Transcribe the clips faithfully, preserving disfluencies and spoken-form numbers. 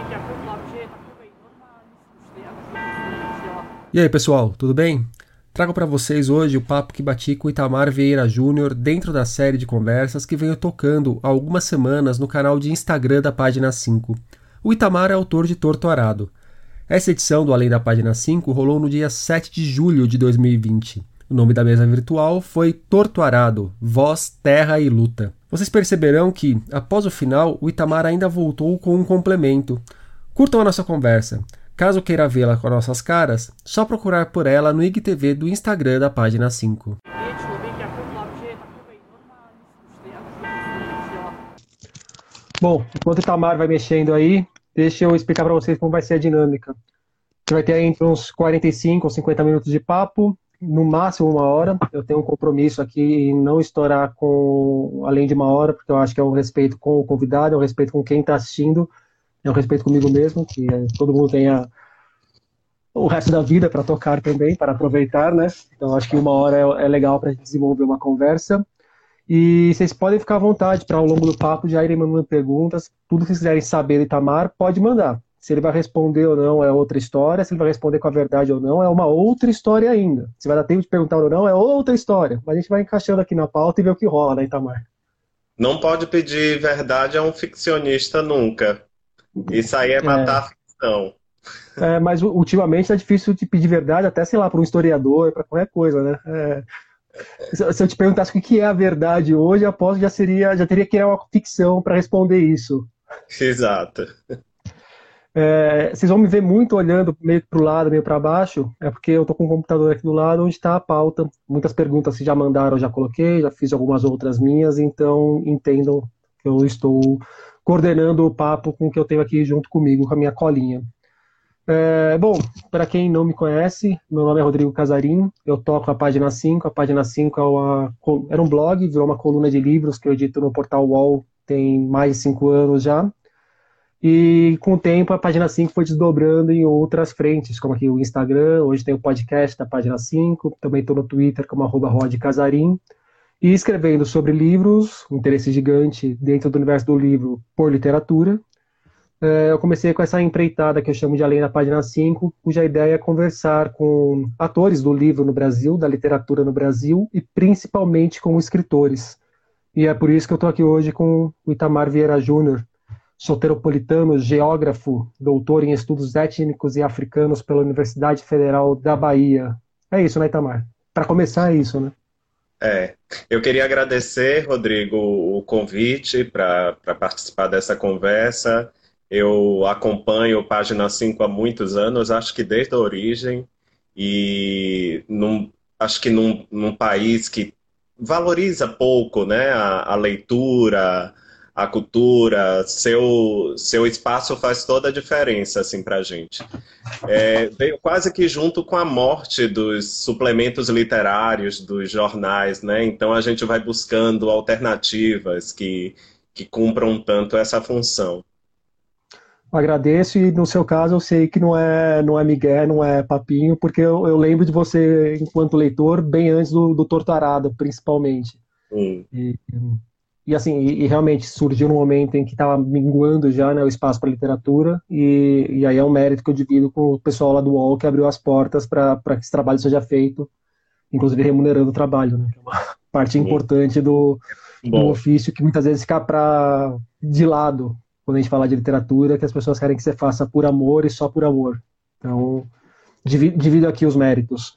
E aí, pessoal, tudo bem? Trago para vocês hoje o papo que bati com Itamar Vieira Júnior dentro da série de conversas que venho tocando há algumas semanas no canal de Instagram da Página cinco. O Itamar é autor de Torto Arado. Essa edição do Além da Página cinco rolou no dia sete de julho de dois mil e vinte. O nome da mesa virtual foi Torto Arado, Voz, Terra e Luta. Vocês perceberão que, após o final, o Itamar ainda voltou com um complemento. Curtam a nossa conversa. Caso queira vê-la com nossas caras, só procurar por ela no I G T V do Instagram da Página cinco. Bom, enquanto o Itamar vai mexendo aí, deixa eu explicar para vocês como vai ser a dinâmica. Você vai ter aí entre uns quarenta e cinco ou cinquenta minutos de papo, no máximo uma hora. Eu tenho um compromisso aqui em não estourar com além de uma hora, porque eu acho que é um respeito com o convidado, é um respeito com quem está assistindo, é um respeito comigo mesmo, que é, todo mundo tenha o resto da vida para tocar também, para aproveitar, né? Então acho que uma hora é, é legal para a gente desenvolver uma conversa. E vocês podem ficar à vontade para ao longo do papo já irem mandando perguntas. Tudo que vocês quiserem saber do Itamar, pode mandar. Se ele vai responder ou não é outra história, se ele vai responder com a verdade ou não é uma outra história ainda. Se vai dar tempo de perguntar ou não é outra história. Mas a gente vai encaixando aqui na pauta e ver o que rola, né, Itamar? Não pode pedir verdade a um ficcionista nunca. Isso aí é matar a ficção. É, mas ultimamente é difícil de pedir verdade, até, sei lá, para um historiador, para qualquer coisa, né? É, se eu te perguntasse o que é a verdade hoje, eu aposto que já, seria, já teria que criar uma ficção para responder isso. Exato. É, vocês vão me ver muito olhando meio para o lado, meio para baixo, é porque eu estou com o computador aqui do lado onde está a pauta. Muitas perguntas que já mandaram eu já coloquei, já fiz algumas outras minhas, então entendam que eu estou coordenando o papo com o que eu tenho aqui junto comigo, com a minha colinha. É, bom, para quem não me conhece, meu nome é Rodrigo Casarim, eu toco a Página cinco. A Página cinco é uma, era um blog, virou uma coluna de livros que eu edito no portal U O L tem mais de cinco anos já. E com o tempo a Página cinco foi desdobrando em outras frentes, como aqui o Instagram, hoje tem o podcast da Página cinco, também estou no Twitter como arroba Rod Casarim, e escrevendo sobre livros, um interesse gigante dentro do universo do livro por literatura. Eu comecei com essa empreitada que eu chamo de Além da Página cinco, cuja ideia é conversar com atores do livro no Brasil, da literatura no Brasil, e principalmente com escritores. E é por isso que eu estou aqui hoje com o Itamar Vieira Júnior, soteropolitano, geógrafo, doutor em estudos étnicos e africanos pela Universidade Federal da Bahia. É isso, né, Itamar? Para começar, é isso, né? É. Eu queria agradecer, Rodrigo, o convite para participar dessa conversa. Eu acompanho Página cinco há muitos anos, acho que desde a origem, e num, acho que num, num país que valoriza pouco, né, a, a leitura, a cultura, seu, seu espaço faz toda a diferença assim, para a gente. É, veio quase que junto com a morte dos suplementos literários, dos jornais, né? Então a gente vai buscando alternativas que, que cumpram tanto essa função. Agradeço e no seu caso eu sei que não é, não é migué, não é papinho, porque eu, eu lembro de você enquanto leitor bem antes do, do Torto Arado, principalmente. Hum. E, e assim, e, e realmente surgiu num momento em que estava minguando já, né, o espaço para literatura, e, e aí é um mérito que eu divido com o pessoal lá do U O L que abriu as portas para que esse trabalho seja feito, inclusive remunerando o trabalho, né, que é uma parte Hum. importante do, do Bom, ofício que muitas vezes fica pra, de lado quando a gente fala de literatura, que as pessoas querem que você faça por amor e só por amor. Então, divido, divido aqui os méritos.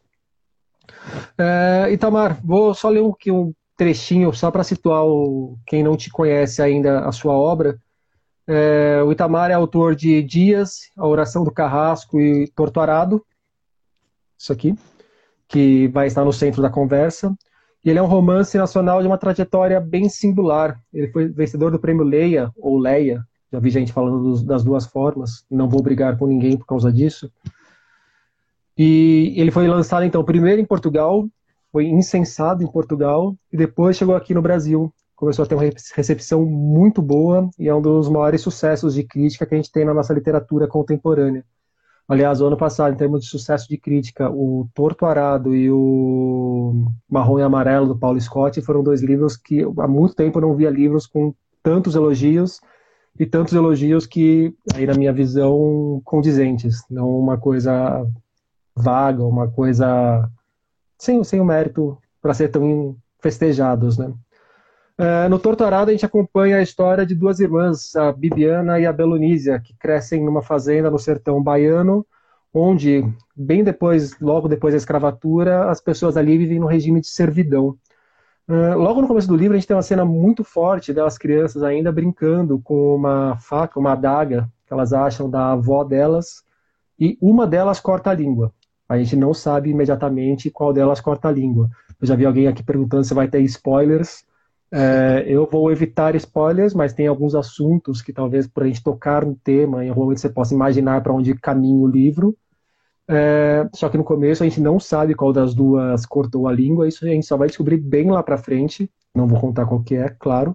É, Itamar, vou só ler um, aqui um trechinho, só para situar o, quem não te conhece ainda a sua obra. É, o Itamar é autor de Dias, A Oração do Carrasco e Torto Arado, isso aqui, que vai estar no centro da conversa. E ele é um romance nacional de uma trajetória bem singular. Ele foi vencedor do prêmio Leia, ou Leia, já vi gente falando dos, das duas formas, não vou brigar com ninguém por causa disso. E ele foi lançado, então, primeiro em Portugal, foi incensado em Portugal, e depois chegou aqui no Brasil. Começou a ter uma recepção muito boa, e é um dos maiores sucessos de crítica que a gente tem na nossa literatura contemporânea. Aliás, o ano passado, em termos de sucesso de crítica, o Torto Arado e o Marrom e Amarelo, do Paulo Scott, foram dois livros que há muito tempo eu não via livros com tantos elogios e tantos elogios que, aí na minha visão, condizentes, não uma coisa vaga, uma coisa sem, sem o mérito para ser tão festejados, né? É, no Torturado a gente acompanha a história de duas irmãs, a Bibiana e a Belonísia, que crescem numa fazenda no sertão baiano, onde, bem depois, logo depois da escravatura, as pessoas ali vivem no regime de servidão. Uh, logo no começo do livro a gente tem uma cena muito forte delas crianças ainda brincando com uma faca, uma adaga que elas acham da avó delas, e uma delas corta a língua. A gente não sabe imediatamente qual delas corta a língua. Eu já vi alguém aqui perguntando se vai ter spoilers. É, eu vou evitar spoilers, mas tem alguns assuntos que talvez por a gente tocar no tema, em algum momento você possa imaginar para onde caminha o livro. É, só que no começo a gente não sabe qual das duas cortou a língua, isso a gente só vai descobrir bem lá pra frente, não vou contar qual que é, claro,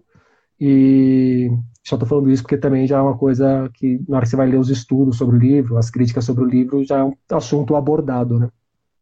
e só tô falando isso porque também já é uma coisa que na hora que você vai ler os estudos sobre o livro, as críticas sobre o livro, já é um assunto abordado, né?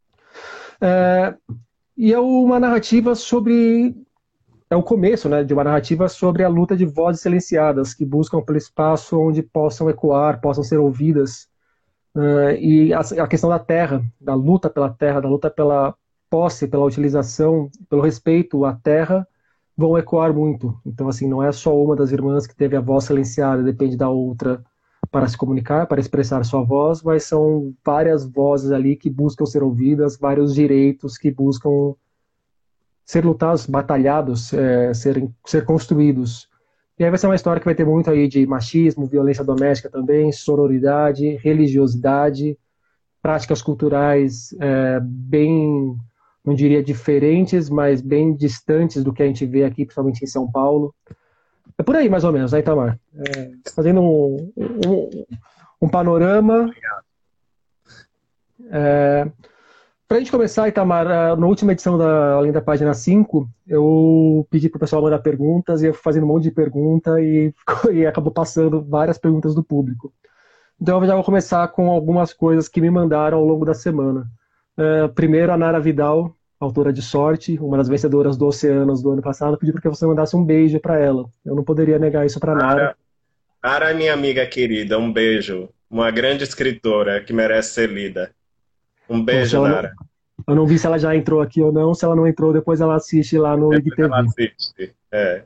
É, e é uma narrativa sobre, é o começo, né, de uma narrativa sobre a luta de vozes silenciadas, que buscam pelo espaço onde possam ecoar, possam ser ouvidas. Uh, e a, a questão da terra, da luta pela terra, da luta pela posse, pela utilização, pelo respeito à terra, vão ecoar muito. Então, assim, não é só uma das irmãs que teve a voz silenciada, depende da outra para se comunicar, para expressar sua voz, mas são várias vozes ali que buscam ser ouvidas, vários direitos que buscam ser lutados, batalhados, é, ser, ser construídos. E aí vai ser uma história que vai ter muito aí de machismo, violência doméstica também, sororidade, religiosidade, práticas culturais é, bem, não diria diferentes, mas bem distantes do que a gente vê aqui, principalmente em São Paulo. É por aí, mais ou menos, né, Itamar? É, fazendo um, um, um panorama. É, Para a gente começar, Itamar, na última edição da Além da Página cinco, eu pedi para o pessoal mandar perguntas, e eu fui fazendo um monte de pergunta e, e acabou passando várias perguntas do público. Então eu já vou começar com algumas coisas que me mandaram ao longo da semana. Uh, primeiro, a Nara Vidal, autora de Sorte, uma das vencedoras do Oceanos do ano passado, pediu para que você mandasse um beijo para ela. Eu não poderia negar isso para Nara. Nara, minha amiga querida, um beijo. Uma grande escritora que merece ser lida. Um beijo, Bom, Nara. Não, eu não vi se ela já entrou aqui ou não. Se ela não entrou, depois ela assiste lá no I G T V. Ela assiste, é.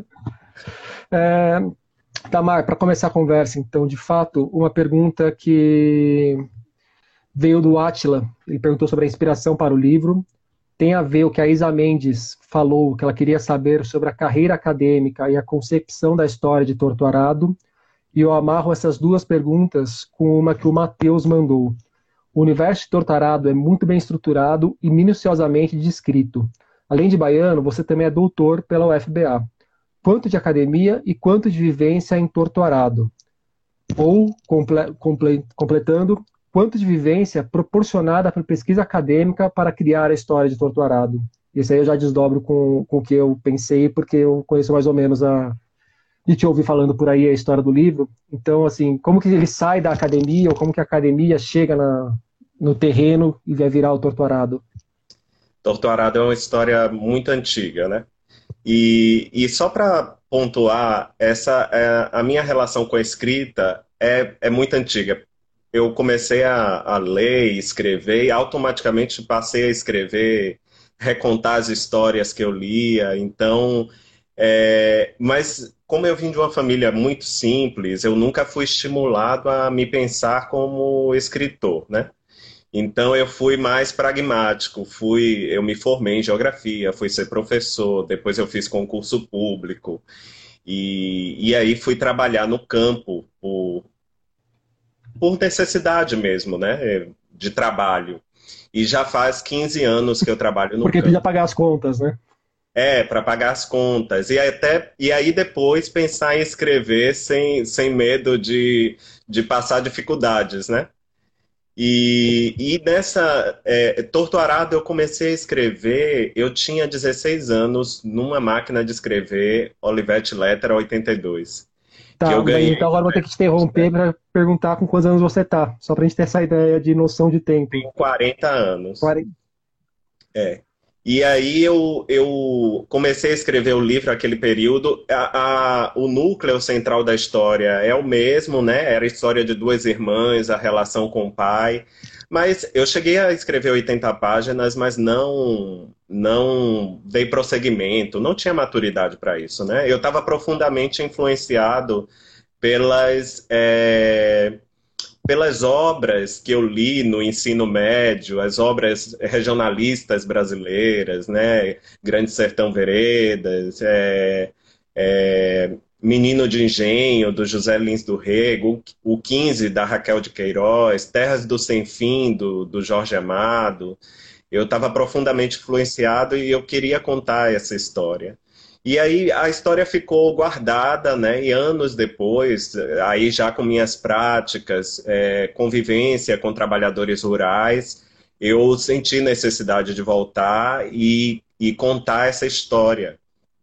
é Tamar, para começar a conversa, então, de fato, uma pergunta que veio do Átila. Ele perguntou sobre a inspiração para o livro. Tem a ver o que a Isa Mendes falou, que ela queria saber sobre a carreira acadêmica e a concepção da história de Torto Arado. E eu amarro essas duas perguntas com uma que o Matheus mandou. O universo de Torto Arado é muito bem estruturado e minuciosamente descrito. Além de baiano, você também é doutor pela U F B A. Quanto de academia e quanto de vivência em Torto Arado? Ou, comple comple completando, quanto de vivência proporcionada por pesquisa acadêmica para criar a história de Torto Arado? Isso aí eu já desdobro com, com o que eu pensei, porque eu conheço mais ou menos a... de te ouvir falando por aí a história do livro. Então, assim, como que ele sai da academia, ou como que a academia chega na, no terreno e vai virar o Torto Arado? Torto Arado é uma história muito antiga, né? E, e só para pontuar, essa, é, a minha relação com a escrita é, é muito antiga. Eu comecei a, a ler e escrever, e automaticamente passei a escrever, recontar as histórias que eu lia. Então, é, mas como eu vim de uma família muito simples, eu nunca fui estimulado a me pensar como escritor, né? Então eu fui mais pragmático, fui, eu me formei em geografia, fui ser professor, depois eu fiz concurso público e, e aí fui trabalhar no campo por, por necessidade mesmo, né, de trabalho. E já faz quinze anos que eu trabalho no Porque campo. podia pagar as contas, né? É, para pagar as contas. E, até, e aí depois pensar em escrever sem, sem medo de, de passar dificuldades, né? E, e nessa é, Torto Arado eu comecei a escrever, eu tinha dezesseis anos numa máquina de escrever Olivetti Letter oitenta e dois. Tá, que eu ganhei. então agora vou ter que te interromper para perguntar com quantos anos você tá, só pra gente ter essa ideia de noção de tempo. Tenho quarenta anos. quarenta. É. E aí eu, eu comecei a escrever o livro naquele período. A, a- o núcleo central da história é o mesmo, né? Era a história de duas irmãs, a relação com o pai. Mas eu cheguei a escrever oitenta páginas, mas não não dei prosseguimento, não tinha maturidade para isso, né? Eu estava profundamente influenciado pelas, é, pelas obras que eu li no ensino médio, as obras regionalistas brasileiras, né? Grande Sertão Veredas, é, é, Menino de Engenho, do José Lins do Rego, o quinze, da Raquel de Queiroz, Terras do Sem Fim, do, do Jorge Amado. Eu estava profundamente influenciado e eu queria contar essa história. E aí a história ficou guardada, né? E anos depois, aí já com minhas práticas, é, convivência com trabalhadores rurais, eu senti necessidade de voltar e, e contar essa história.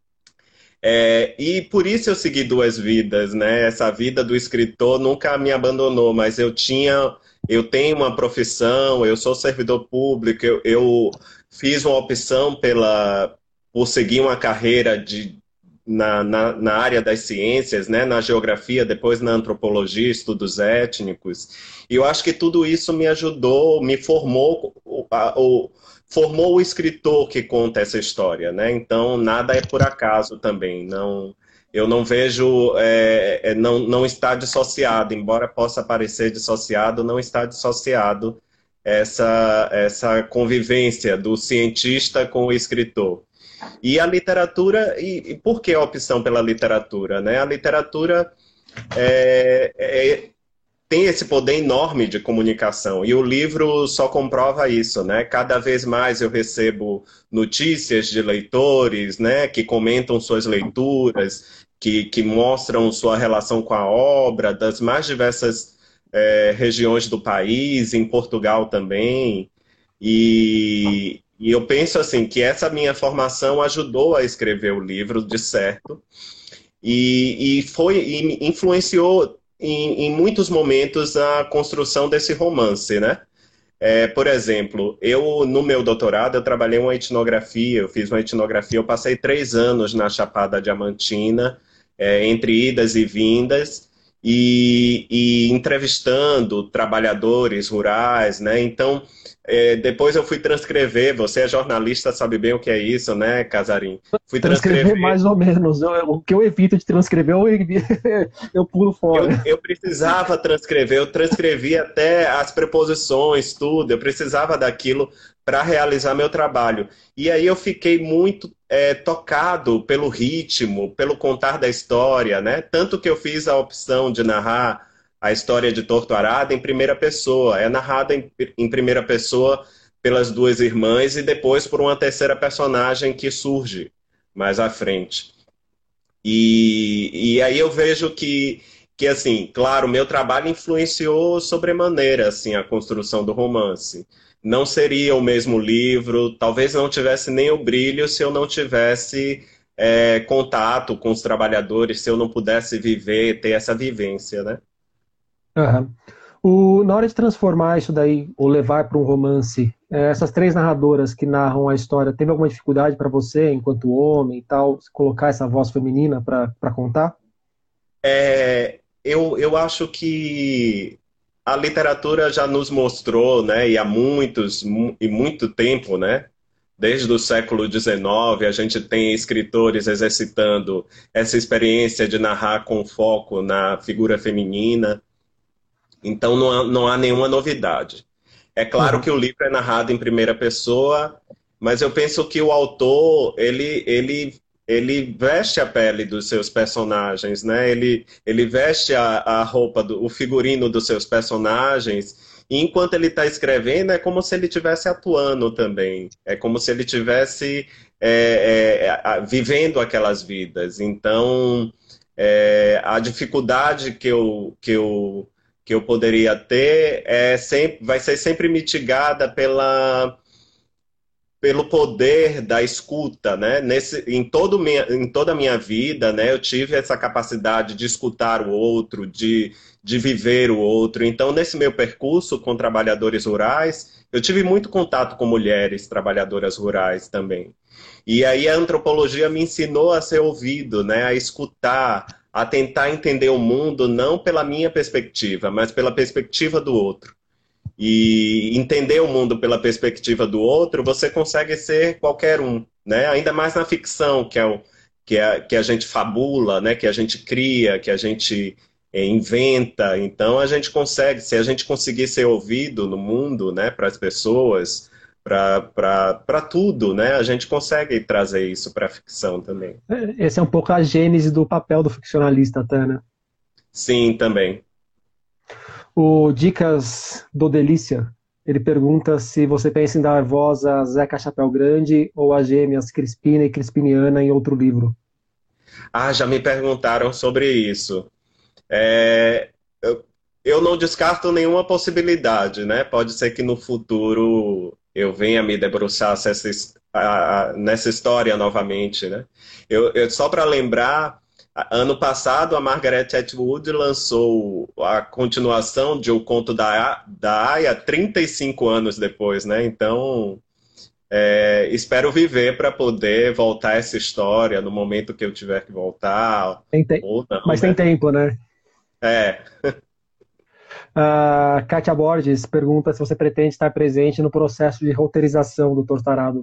É, e por isso eu segui duas vidas, né? Essa vida do escritor nunca me abandonou, mas eu tinha, eu tenho uma profissão, eu sou servidor público, eu, eu fiz uma opção pela, por seguir uma carreira de, na, na, na área das ciências, né? Na geografia, depois na antropologia, estudos étnicos. E eu acho que tudo isso me ajudou, me formou o, a- o- formou o escritor que conta essa história, né? Então nada é por acaso também. Não, eu não vejo, é, é, não, não está dissociado, embora possa parecer dissociado, não está dissociado essa essa convivência do cientista com o escritor. E a literatura, e, e por que a opção pela literatura, né? A literatura é, é, tem esse poder enorme de comunicação e o livro só comprova isso, né? Cada vez mais eu recebo notícias de leitores, né, que comentam suas leituras, que, que mostram sua relação com a obra das mais diversas eh, regiões do país, em Portugal também. E, e eu penso assim que essa minha formação ajudou a escrever o livro, de certo, e, e foi e me influenciou em, em muitos momentos a construção desse romance, né? É, por exemplo, eu no meu doutorado eu trabalhei uma etnografia, eu fiz uma etnografia, eu passei três anos na Chapada Diamantina, é, entre idas e vindas, e, e entrevistando trabalhadores rurais, né? Então, é, depois eu fui transcrever, você é jornalista, sabe bem o que é isso, né, Casarim? Fui Transcrever transcrever. mais ou menos. Eu- o que eu evito de transcrever, eu, evi- eu pulo Eu, fora. eu precisava transcrever, eu transcrevi até as preposições, tudo, eu precisava daquilo para realizar meu trabalho. E aí eu fiquei muito é, tocado pelo ritmo, pelo contar da história, né? Tanto que eu fiz a opção de narrar a história de Torto Arado em primeira pessoa. É narrada em, em primeira pessoa pelas duas irmãs e depois por uma terceira personagem que surge mais à frente. E, e aí eu vejo que, que, assim, claro, meu trabalho influenciou sobremaneira, assim, a construção do romance. Não seria o mesmo livro, talvez não tivesse nem o brilho se eu não tivesse é, contato com os trabalhadores, se eu não pudesse viver, ter essa vivência, né? Aham. O- na hora de transformar isso daí, ou levar para um romance, eh, essas três narradoras que narram a história, teve alguma dificuldade para você, enquanto homem e tal, colocar essa voz feminina para para contar? É, eu, eu acho que a literatura já nos mostrou, né, e há muitos mu- e muito tempo, né, desde o século dezenove, a gente tem escritores exercitando essa experiência de narrar com foco na figura feminina. Então não há, não há nenhuma novidade. É claro Uhum. que o livro é narrado em primeira pessoa, mas eu penso que o autor, ele, ele, ele veste a pele dos seus personagens, né? Ele, ele veste a, a roupa, do, o figurino dos seus personagens, e enquanto ele está escrevendo, é como se ele estivesse atuando também. É como se ele estivesse é, é, a- vivendo aquelas vidas. Então, é, a dificuldade que eu, que eu que eu poderia ter é sempre, vai ser sempre mitigada pela, pelo poder da escuta, né? Nesse, em, todo minha, em toda a minha vida, né, eu tive essa capacidade de escutar o outro, de, de viver o outro. Então, nesse meu percurso com trabalhadores rurais, eu tive muito contato com mulheres trabalhadoras rurais também. E aí a antropologia me ensinou a ser ouvido, né, a escutar, a tentar entender o mundo não pela minha perspectiva, mas pela perspectiva do outro. E entender o mundo pela perspectiva do outro, você consegue ser qualquer um, né? Ainda mais na ficção, que é o que, é, que a gente fabula, né? Que a gente cria, que a gente é, inventa. Então a gente consegue, se a gente conseguir ser ouvido no mundo, né? Para as pessoas, para tudo, né? A gente consegue trazer isso para a ficção também. Esse é um pouco a gênese do papel do ficcionalista, até, né? Sim, também. O Dicas do Delícia, ele pergunta se você pensa em dar voz a Zeca Chapéu Grande ou a gêmeas Crispina e Crispiniana em outro livro. Ah, já me perguntaram sobre isso. É, eu, eu não descarto nenhuma possibilidade, né? Pode ser que no futuro eu venha me debruçar nessa, nessa história novamente, né? Eu, eu, só para lembrar, ano passado a Margaret Atwood lançou a continuação de O Conto da, da Aia trinta e cinco anos depois, né? Então, é, espero viver para poder voltar essa história no momento que eu tiver que voltar, tem, tem. ou não, Mas né? tem tempo, né? É. A Kátia Borges pergunta se você pretende estar presente no processo de roteirização do Tortarado.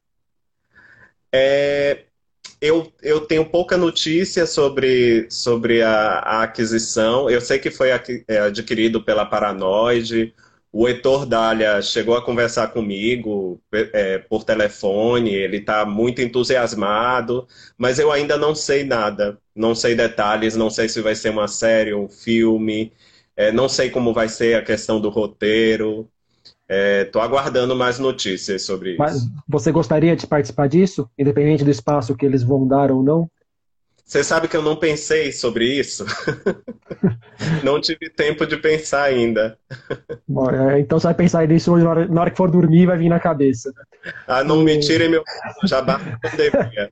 É, eu, eu tenho pouca notícia sobre, sobre a, a aquisição. Eu sei que foi adquirido pela Paranoide. O Heitor Dália chegou a conversar comigo é, por telefone. Ele está muito entusiasmado, mas eu ainda não sei nada. Não sei detalhes, não sei se vai ser uma série, um filme. É, não sei como vai ser a questão do roteiro. Estou é, aguardando mais notícias sobre isso. Mas você gostaria de participar disso, independente do espaço que eles vão dar ou não? Você sabe que eu não pensei sobre isso? Não tive tempo de pensar ainda. Bom, é, então você vai pensar nisso hoje, na hora, na hora que for dormir, vai vir na cabeça. Ah, não me tirem meu já basta a pandemia.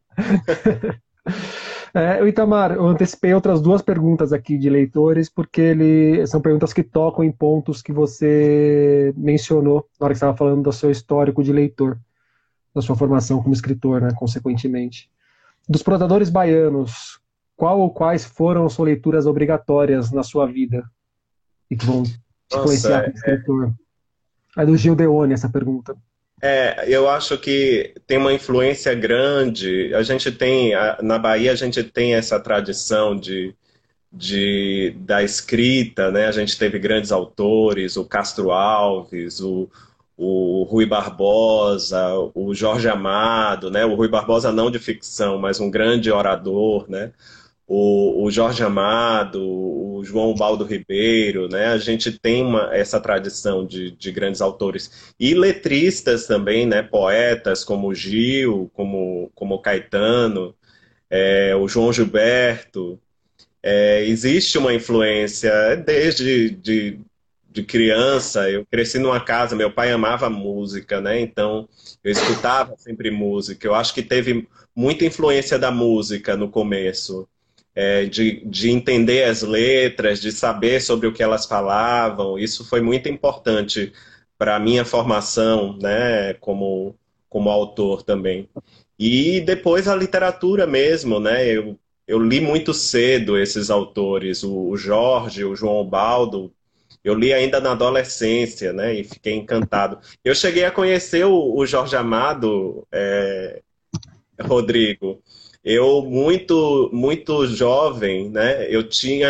É, Itamar, eu antecipei outras duas perguntas aqui de leitores, porque ele, são perguntas que tocam em pontos que você mencionou na hora que você estava falando do seu histórico de leitor, da sua formação como escritor, né, consequentemente. Dos prosadores baianos, qual ou quais foram suas leituras obrigatórias na sua vida e que vão te Nossa, influenciar como escritor? É do Gil Deone essa pergunta. É, eu acho que tem uma influência grande. A gente tem, na Bahia, a gente tem essa tradição de, de, da escrita, né? A gente teve grandes autores, o Castro Alves, o, o Rui Barbosa, o Jorge Amado, né? O Rui Barbosa não de ficção, mas um grande orador, né? O, o Jorge Amado, o João Baldo Ribeiro, né? A gente tem uma, essa tradição de, de grandes autores. E letristas também, né? Poetas como o Gil, como, como o Caetano, é, o João Gilberto. É, existe uma influência desde de, de criança. Eu cresci numa casa, meu pai amava música, né? Então eu escutava sempre música. Eu acho que teve muita influência da música no começo. É, de, de entender as letras, de saber sobre o que elas falavam. Isso foi muito importante para a minha formação, né, como, como autor também. E depois a literatura mesmo, né, eu, eu li muito cedo esses autores, o, o Jorge, o João Baldo, eu li ainda na adolescência, né, e fiquei encantado. Eu cheguei a conhecer o, o Jorge Amado, é, Rodrigo. Eu, muito, muito jovem, né? Eu tinha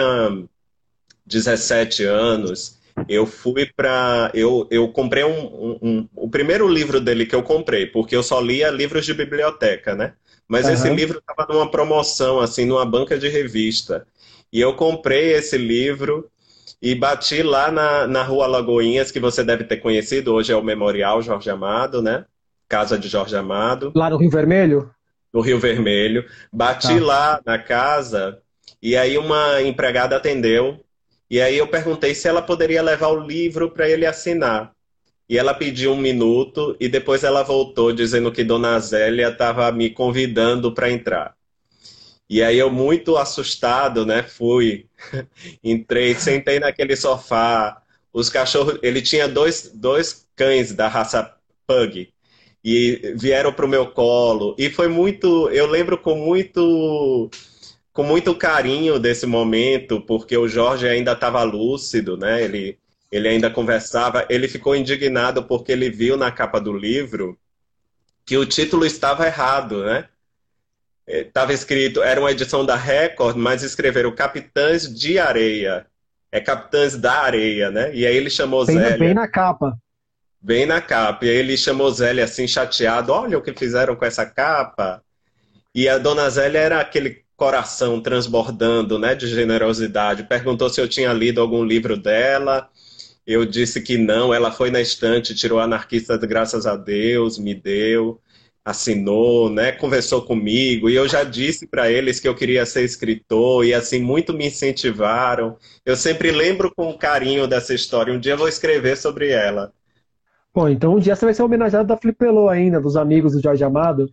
dezessete anos. Eu fui para. Eu, eu comprei um, um, um. O primeiro livro dele que eu comprei, porque eu só lia livros de biblioteca, né? Mas uhum. Esse livro estava numa promoção, assim, numa banca de revista. E eu comprei esse livro e bati lá na, na Rua Lagoinhas, que você deve ter conhecido. Hoje é o Memorial Jorge Amado, né? Casa de Jorge Amado. Lá no Rio Vermelho? No Rio Vermelho, bati tá. Lá na casa e aí uma empregada atendeu e aí eu perguntei se ela poderia levar o livro para ele assinar. e ela pediu um minuto e depois ela voltou dizendo que Dona Zélia estava me convidando para entrar. E aí eu, muito assustado, né, fui, entrei, sentei naquele sofá, os cachorros, ele tinha dois, dois cães da raça Pug, e vieram para o meu colo, e foi muito, eu lembro com muito, com muito carinho desse momento, porque o Jorge ainda estava lúcido, né, ele, ele ainda conversava, ele ficou indignado porque ele viu na capa do livro que o título estava errado, né? Estava escrito, era uma edição da Record, mas escreveram Capitães de Areia. É Capitães da Areia, né? E aí ele chamou Bem, na- bem Zélia, na capa. bem na capa. E aí ele chamou Zélia assim, chateado. Olha o que fizeram com essa capa. E a Dona Zélia era aquele coração transbordando, né, de generosidade. Perguntou se eu tinha lido algum livro dela. Eu disse que não. Ela foi na estante, tirou Anarquistas, graças a Deus, me deu, assinou, né, conversou comigo. E eu já disse para eles que eu queria ser escritor e assim muito me incentivaram. Eu sempre lembro com carinho dessa história. Um dia eu vou escrever sobre ela. Bom, então um dia você vai ser homenageado da Flipelô ainda, dos amigos do Jorge Amado.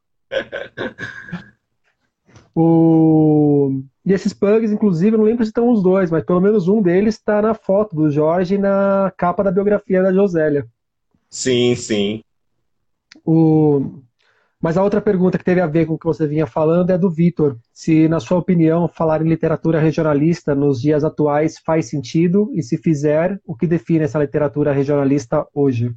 O... E esses pugs, inclusive, eu não lembro se estão os dois, mas pelo menos um deles está na foto do Jorge na capa da biografia da Josélia. Sim, sim. O... Mas a outra pergunta que teve a ver com o que você vinha falando é do Vitor. Se, na sua opinião, falar em literatura regionalista nos dias atuais faz sentido, e se fizer, o que define essa literatura regionalista hoje?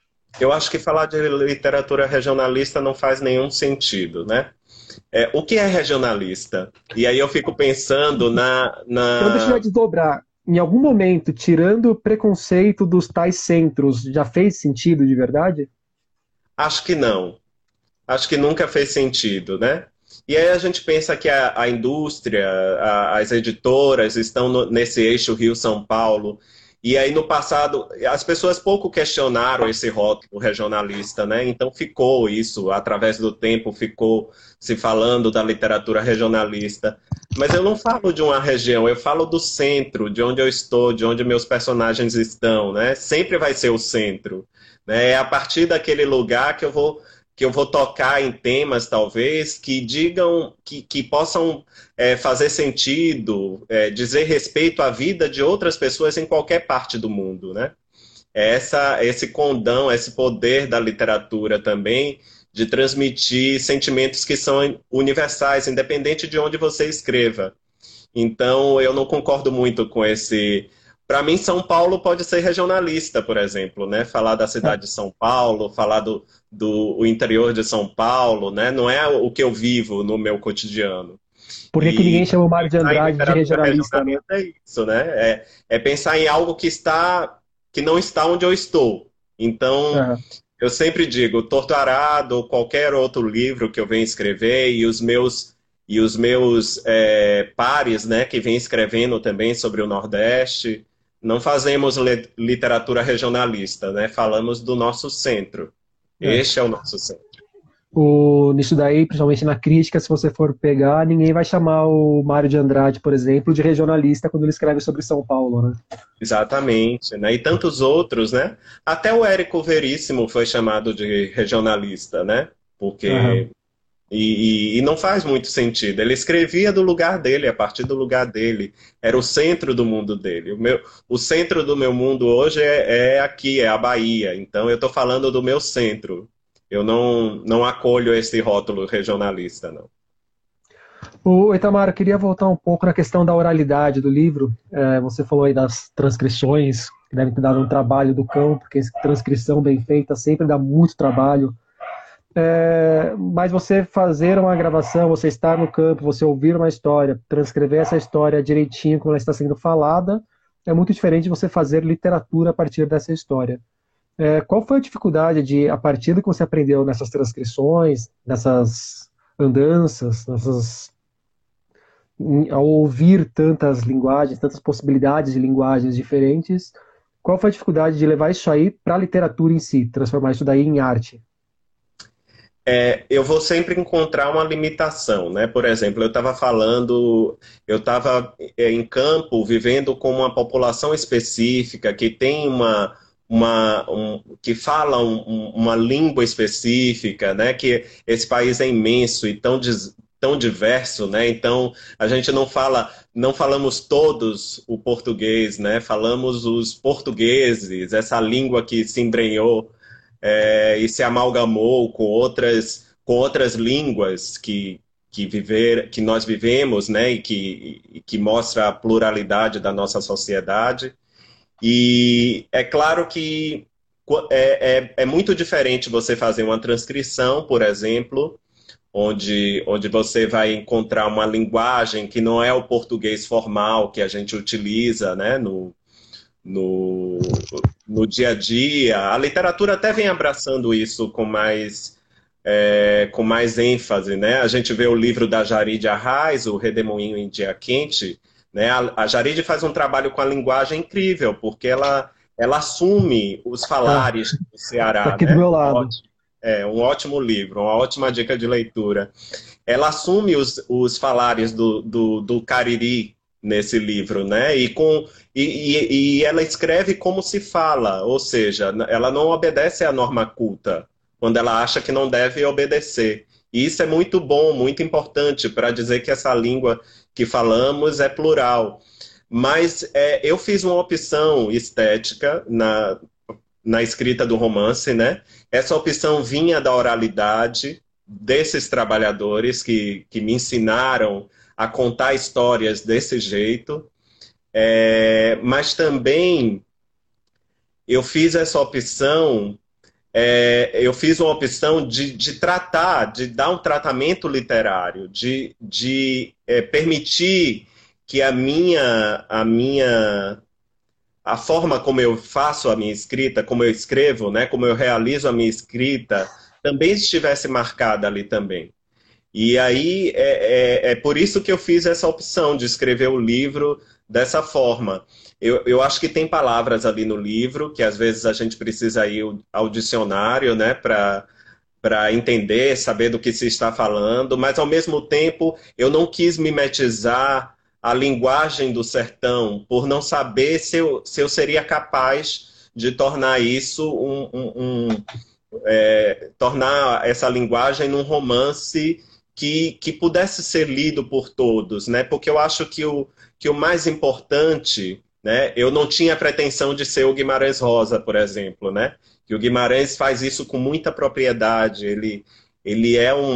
Eu acho que falar de literatura regionalista não faz nenhum sentido, né? É, o que é regionalista? E aí eu fico pensando na, Então, deixa eu já na... desdobrar. Em algum momento, tirando o preconceito dos tais centros, já fez sentido de verdade? Acho que não. Acho que nunca fez sentido, né? E aí a gente pensa que a, a indústria, a- as editoras estão no- nesse eixo Rio-São Paulo. E aí no passado, as pessoas pouco questionaram esse rótulo regionalista, né? Então ficou isso, através do tempo, ficou se falando da literatura regionalista. Mas eu não falo de uma região, eu falo do centro, de onde eu estou, de onde meus personagens estão, né? Sempre vai ser o centro, né? É a partir daquele lugar que eu vou que eu vou tocar em temas, talvez, que digam, que, que possam é, fazer sentido, é, dizer respeito à vida de outras pessoas em qualquer parte do mundo, né? É essa, esse condão, esse poder da literatura também de transmitir sentimentos que são universais, independente de onde você escreva. Então, eu não concordo muito com esse. Para mim, São Paulo pode ser regionalista, por exemplo, né? Falar da cidade de São Paulo, falar do, do o interior de São Paulo, né? Não é o que eu vivo no meu cotidiano. Por que que ninguém E chama o Mário de pensar em Andrade de literatura regionalista, né? regionalista é isso, né? É, é pensar em algo que está, que não está onde eu estou. Então, É. eu sempre digo, Torturado ou qualquer outro livro que eu venha escrever e os meus e os meus é, pares, né, que vêm escrevendo também sobre o Nordeste, não fazemos le- literatura regionalista, né? Falamos do nosso centro. É. Este é o nosso centro. O, nisso daí, principalmente na crítica, se você for pegar, ninguém vai chamar o Mário de Andrade, por exemplo, de regionalista quando ele escreve sobre São Paulo, né? Exatamente, né? E tantos outros, né? Até o Érico Veríssimo foi chamado de regionalista, né? Aham. Porque e, e- e não faz muito sentido. Ele escrevia do lugar dele, a partir do lugar dele. Era o centro do mundo dele. O meu, o centro do meu mundo hoje é, é aqui, é a Bahia. Então eu estou falando do meu centro. Eu não, não acolho esse rótulo regionalista, não. O Itamar, eu queria voltar um pouco na questão da oralidade do livro. É, você falou aí das transcrições, que devem ter dado um trabalho do cão, porque transcrição bem feita sempre dá muito trabalho. É, mas você fazer uma gravação, você estar no campo, você ouvir uma história, transcrever essa história direitinho como ela está sendo falada, é muito diferente de você fazer literatura a partir dessa história. É, qual foi a dificuldade de, a partir do que você aprendeu nessas transcrições, nessas andanças, nessas, em- ao ouvir tantas linguagens, tantas possibilidades de linguagens diferentes, qual foi a dificuldade de levar isso aí para a literatura em si, transformar isso daí em arte? É, eu vou sempre encontrar uma limitação, né? Por exemplo, eu estava falando, eu estava em campo vivendo com uma população específica que tem uma, uma, um, que fala um, um, uma língua específica, né? Que esse país é imenso e tão, dis, tão diverso, né? Então a gente não fala, não falamos todos o português, né? Falamos os portugueses, essa língua que se embrenhou é, e se amalgamou com outras, com outras línguas que que viver, que nós vivemos, né? E que, e que mostra a pluralidade da nossa sociedade. E é claro que é, é, é muito diferente você fazer uma transcrição, por exemplo, onde, onde você vai encontrar uma linguagem que não é o português formal que a gente utiliza, né, no, no, no dia a dia. A literatura até vem abraçando isso com mais, é, com mais ênfase, né? A gente vê o livro da Jarid Arraes, O Redemoinho em Dia Quente, né? A, a Jarid faz um trabalho com a linguagem incrível, porque ela, ela assume os Tá, falares do tá Ceará, aqui do né? meu Um lado. ótimo, é, um ótimo livro, uma ótima dica de leitura. Ela assume os, os falares do, do, do Cariri nesse livro, né? E, com, e, e, e ela escreve como se fala, ou seja, ela não obedece à norma culta, quando ela acha que não deve obedecer. E isso é muito bom, muito importante para dizer que essa língua que falamos é plural. Mas é, eu fiz uma opção estética na, na escrita do romance, né? Essa opção vinha da oralidade desses trabalhadores que, que me ensinaram a contar histórias desse jeito, é, mas também eu fiz essa opção, é, eu fiz uma opção de, de tratar, de dar um tratamento literário, de, de é, permitir que a minha, a minha, a forma como eu faço a minha escrita, como eu escrevo, né, como eu realizo a minha escrita, também estivesse marcada ali também. E aí é, é, é por isso que eu fiz essa opção de escrever o livro dessa forma. Eu, eu acho que tem palavras ali no livro que às vezes a gente precisa ir ao dicionário, né, para para entender, saber do que se está falando, mas ao mesmo tempo eu não quis mimetizar a linguagem do sertão por não saber se eu, se eu seria capaz de tornar isso um, um, um é, tornar essa linguagem num romance que, que pudesse ser lido por todos, né? Porque eu acho que o, que o mais importante, né? Eu não tinha pretensão de ser o Guimarães Rosa, por exemplo, né? Que o Guimarães faz isso com muita propriedade, ele, ele é um,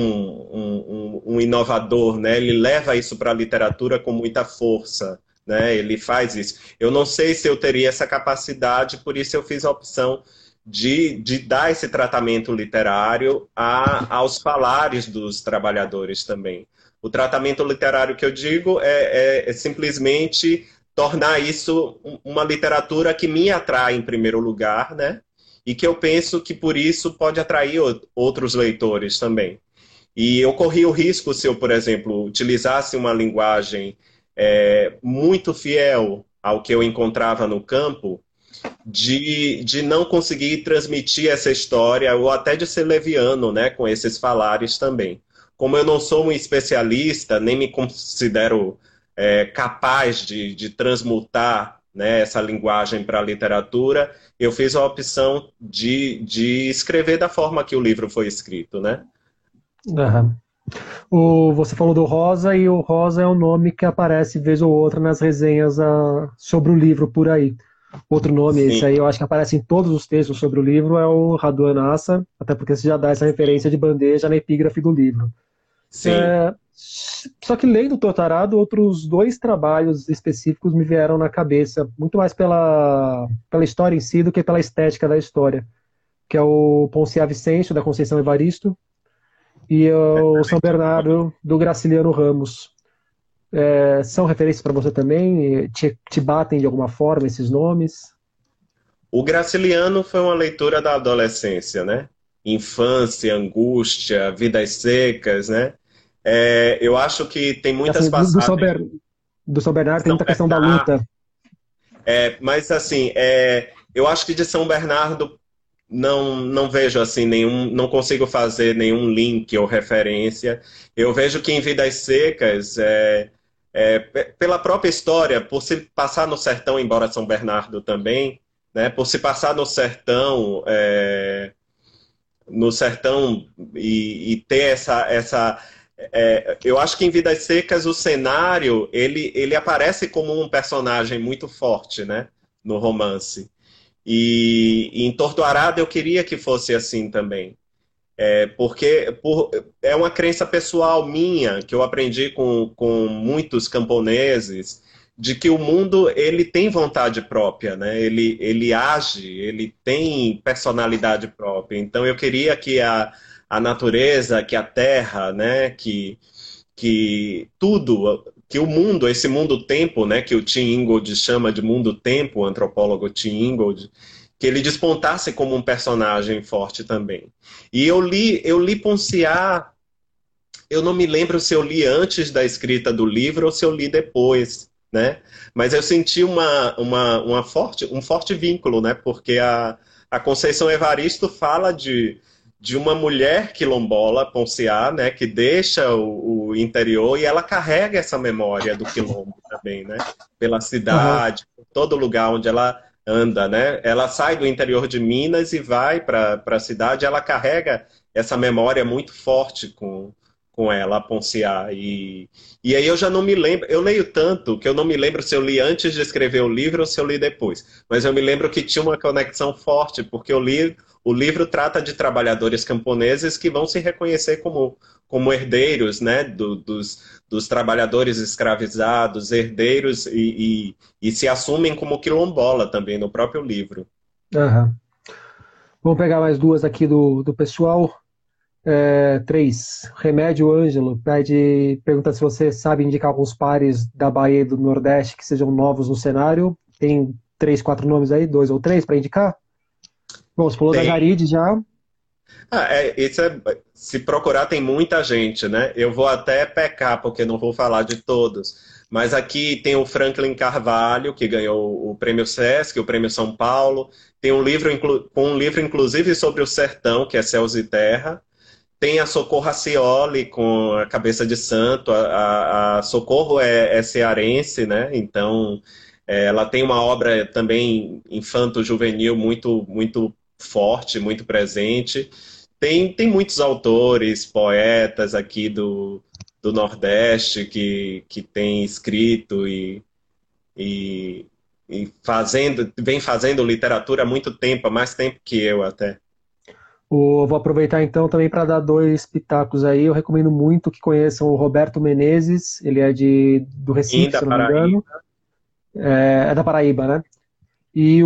um, um inovador, né? Ele leva isso para a literatura com muita força, né? Ele faz isso. Eu não sei se eu teria essa capacidade, por isso eu fiz a opção de, de dar esse tratamento literário a, aos falares dos trabalhadores também. O tratamento literário que eu digo é, é, é simplesmente tornar isso uma literatura que me atrai em primeiro lugar, né? E que eu penso que por isso pode atrair outros leitores também. E eu corri o risco se eu, por exemplo, utilizasse uma linguagem é, muito fiel ao que eu encontrava no campo, de, de não conseguir transmitir essa história, ou até de ser leviano, né, com esses falares também. Como eu não sou um especialista, nem me considero é, capaz de, de transmutar, né, essa linguagem para a literatura, eu fiz a opção de, de escrever da forma que o livro foi escrito, né? Aham. O, você falou do Rosa, e o Rosa é um nome que aparece vez ou outra nas resenhas ah, sobre o livro por aí. Outro nome, esse Sim, aí eu acho que aparece em todos os textos sobre o livro, é o Raduan Assa, até porque você já dá essa referência de bandeja na epígrafe do livro. sim. É, só que lendo o Tortarado, outros dois trabalhos específicos me vieram na cabeça, muito mais pela, pela história em si do que pela estética da história, que é o Poncia Vicêncio, da Conceição Evaristo, e o São Bernardo, do Graciliano Ramos. É, são referências para você também? Te, te batem de alguma forma esses nomes? O Graciliano foi uma leitura da adolescência, né? Infância, angústia, vidas secas, né? É, eu acho que tem muitas Assim, do, do, São passagens Ber, do São Bernardo de tem São muita questão da Bernardo, luta. é, mas assim, é, eu acho que de São Bernardo não, não vejo assim nenhum, não consigo fazer nenhum link ou referência. Eu vejo que em Vidas Secas, é, é, pe- pela própria história, por se passar no sertão, embora São Bernardo também, né? Por se passar no sertão, é, no sertão e, e ter essa, essa é, eu acho que em Vidas Secas o cenário ele, ele aparece como um personagem muito forte, né? No romance. E, e em Torto Arado eu queria que fosse assim também. É porque por, é uma crença pessoal minha, que eu aprendi com, com muitos camponeses, de que o mundo ele tem vontade própria, né? Ele, ele age, ele tem personalidade própria. Então eu queria que a, a natureza, que a terra, né? que, que tudo, que o mundo, esse mundo-tempo, né? que o Tim Ingold chama de mundo-tempo, o antropólogo Tim Ingold, que ele despontasse como um personagem forte também. E eu li, eu li Ponciar, eu não me lembro se eu li antes da escrita do livro ou se eu li depois, né? Mas eu senti uma, uma, uma forte, um forte vínculo, né? Porque a, a Conceição Evaristo fala de, de uma mulher quilombola, Ponciar, né? Que deixa o, o interior e ela carrega essa memória do quilombo também, né? Pela Aham. cidade, por todo lugar onde ela anda, né? Ela sai do interior de Minas e vai para a cidade, ela carrega essa memória muito forte com, com ela, a Ponciar. E, e aí eu já não me lembro, eu leio tanto que eu não me lembro se eu li antes de escrever o livro ou se eu li depois. Mas eu me lembro que tinha uma conexão forte, porque eu li, o livro trata de trabalhadores camponeses que vão se reconhecer como, como herdeiros, né, do, dos, dos trabalhadores escravizados, herdeiros e, e, e se assumem como quilombola também no próprio livro. Aham. Vamos pegar mais duas aqui do, do pessoal. É, três. Remédio Ângelo pede, pergunta se você sabe indicar alguns pares da Bahia e do Nordeste que sejam novos no cenário. Tem três, quatro nomes aí, dois ou três para indicar? Bom, você falou da Tem. Jaride já. Ah, é, isso é, se procurar tem muita gente, né? Eu vou até pecar, porque não vou falar de todos. Mas aqui tem o Franklin Carvalho, que ganhou o Prêmio Sesc, o Prêmio São Paulo. Tem um livro, inclu- um livro inclusive, sobre o sertão, que é Céus e Terra. Tem a Socorro Racioli, com a Cabeça de Santo. A, a- a Socorro é, é cearense, né? Então, é, ela tem uma obra também infanto-juvenil muito, muito forte, muito presente. Tem, tem muitos autores, poetas aqui do, do Nordeste que, que têm escrito e, e, e fazendo, vem fazendo literatura há muito tempo, há mais tempo que eu até. O- vou aproveitar então também para dar dois pitacos aí. Eu recomendo muito que conheçam o Roberto Menezes. Ele é de, do Recife, Ainda se eu não me Paraíba, engano. É, é da Paraíba, né? E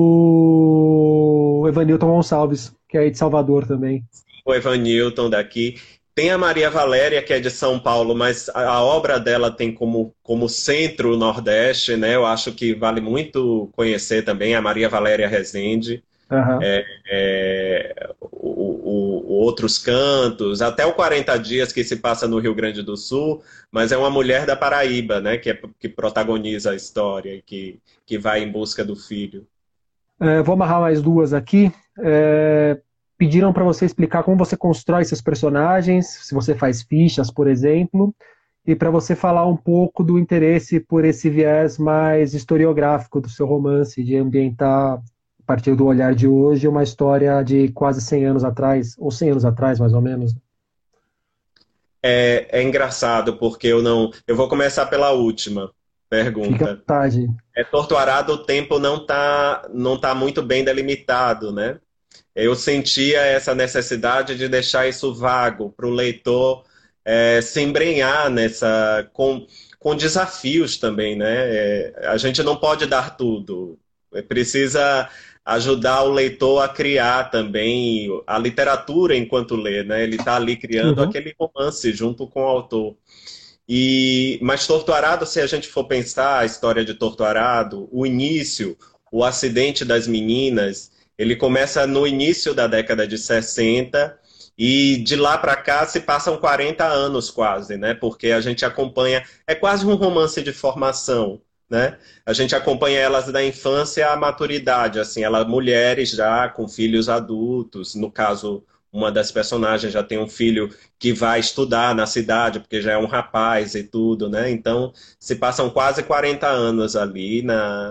o Evanilton Gonçalves, que é aí de Salvador também. o Evanilton daqui. Tem a Maria Valéria, que é de São Paulo, mas a, a obra dela tem como, como centro o Nordeste, né? Eu acho que vale muito conhecer também a Maria Valéria Rezende. Aham. é, é, o, o- o Outros Cantos, até o quarenta Dias que se passa no Rio Grande do Sul, mas é uma mulher da Paraíba, né, que, é- que protagoniza a história e que, que vai em busca do filho. É, vou amarrar mais duas aqui. É, pediram para você explicar como você constrói seus personagens, se você faz fichas, por exemplo, e para você falar um pouco do interesse por esse viés mais historiográfico do seu romance, de ambientar, a partir do olhar de hoje, uma história de quase cem anos atrás, ou cem anos atrás, mais ou menos. É, é engraçado porque eu não. Eu vou começar pela última Fica à pergunta. vontade. É Torto Arado, o tempo não tá, não tá muito bem delimitado, né? Eu sentia essa necessidade de deixar isso vago para o leitor é, se embrenhar nessa com, com desafios também, né? É, a gente não pode dar tudo. É, precisa ajudar o leitor a criar também a literatura enquanto lê, né? Ele está ali criando Uhum. aquele romance junto com o autor. E, mas Torto Arado, se a gente for pensar a história de Torto Arado, o início, o acidente das meninas, ele começa no início da década de sessenta e de lá para cá se passam quarenta anos quase, né? Porque a gente acompanha, é quase um romance de formação, né? A gente acompanha elas da infância à maturidade, assim, elas mulheres já com filhos adultos, no caso, uma das personagens já tem um filho que vai estudar na cidade, porque já é um rapaz e tudo, né? Então, se passam quase quarenta anos ali na,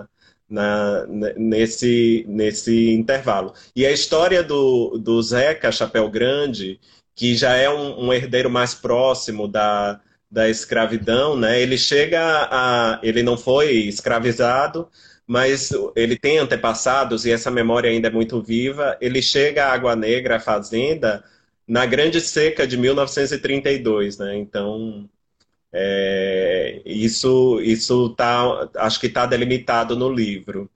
na, nesse, nesse intervalo. E a história do, do Zeca Chapéu Grande, que já é um, um herdeiro mais próximo da, da escravidão, né? Ele chega a... Ele não foi escravizado, mas ele tem antepassados e essa memória ainda é muito viva. Ele chega a Água Negra, a fazenda, na Grande Seca de mil novecentos e trinta e dois, né? Então, é, isso, isso tá, acho que está delimitado no livro.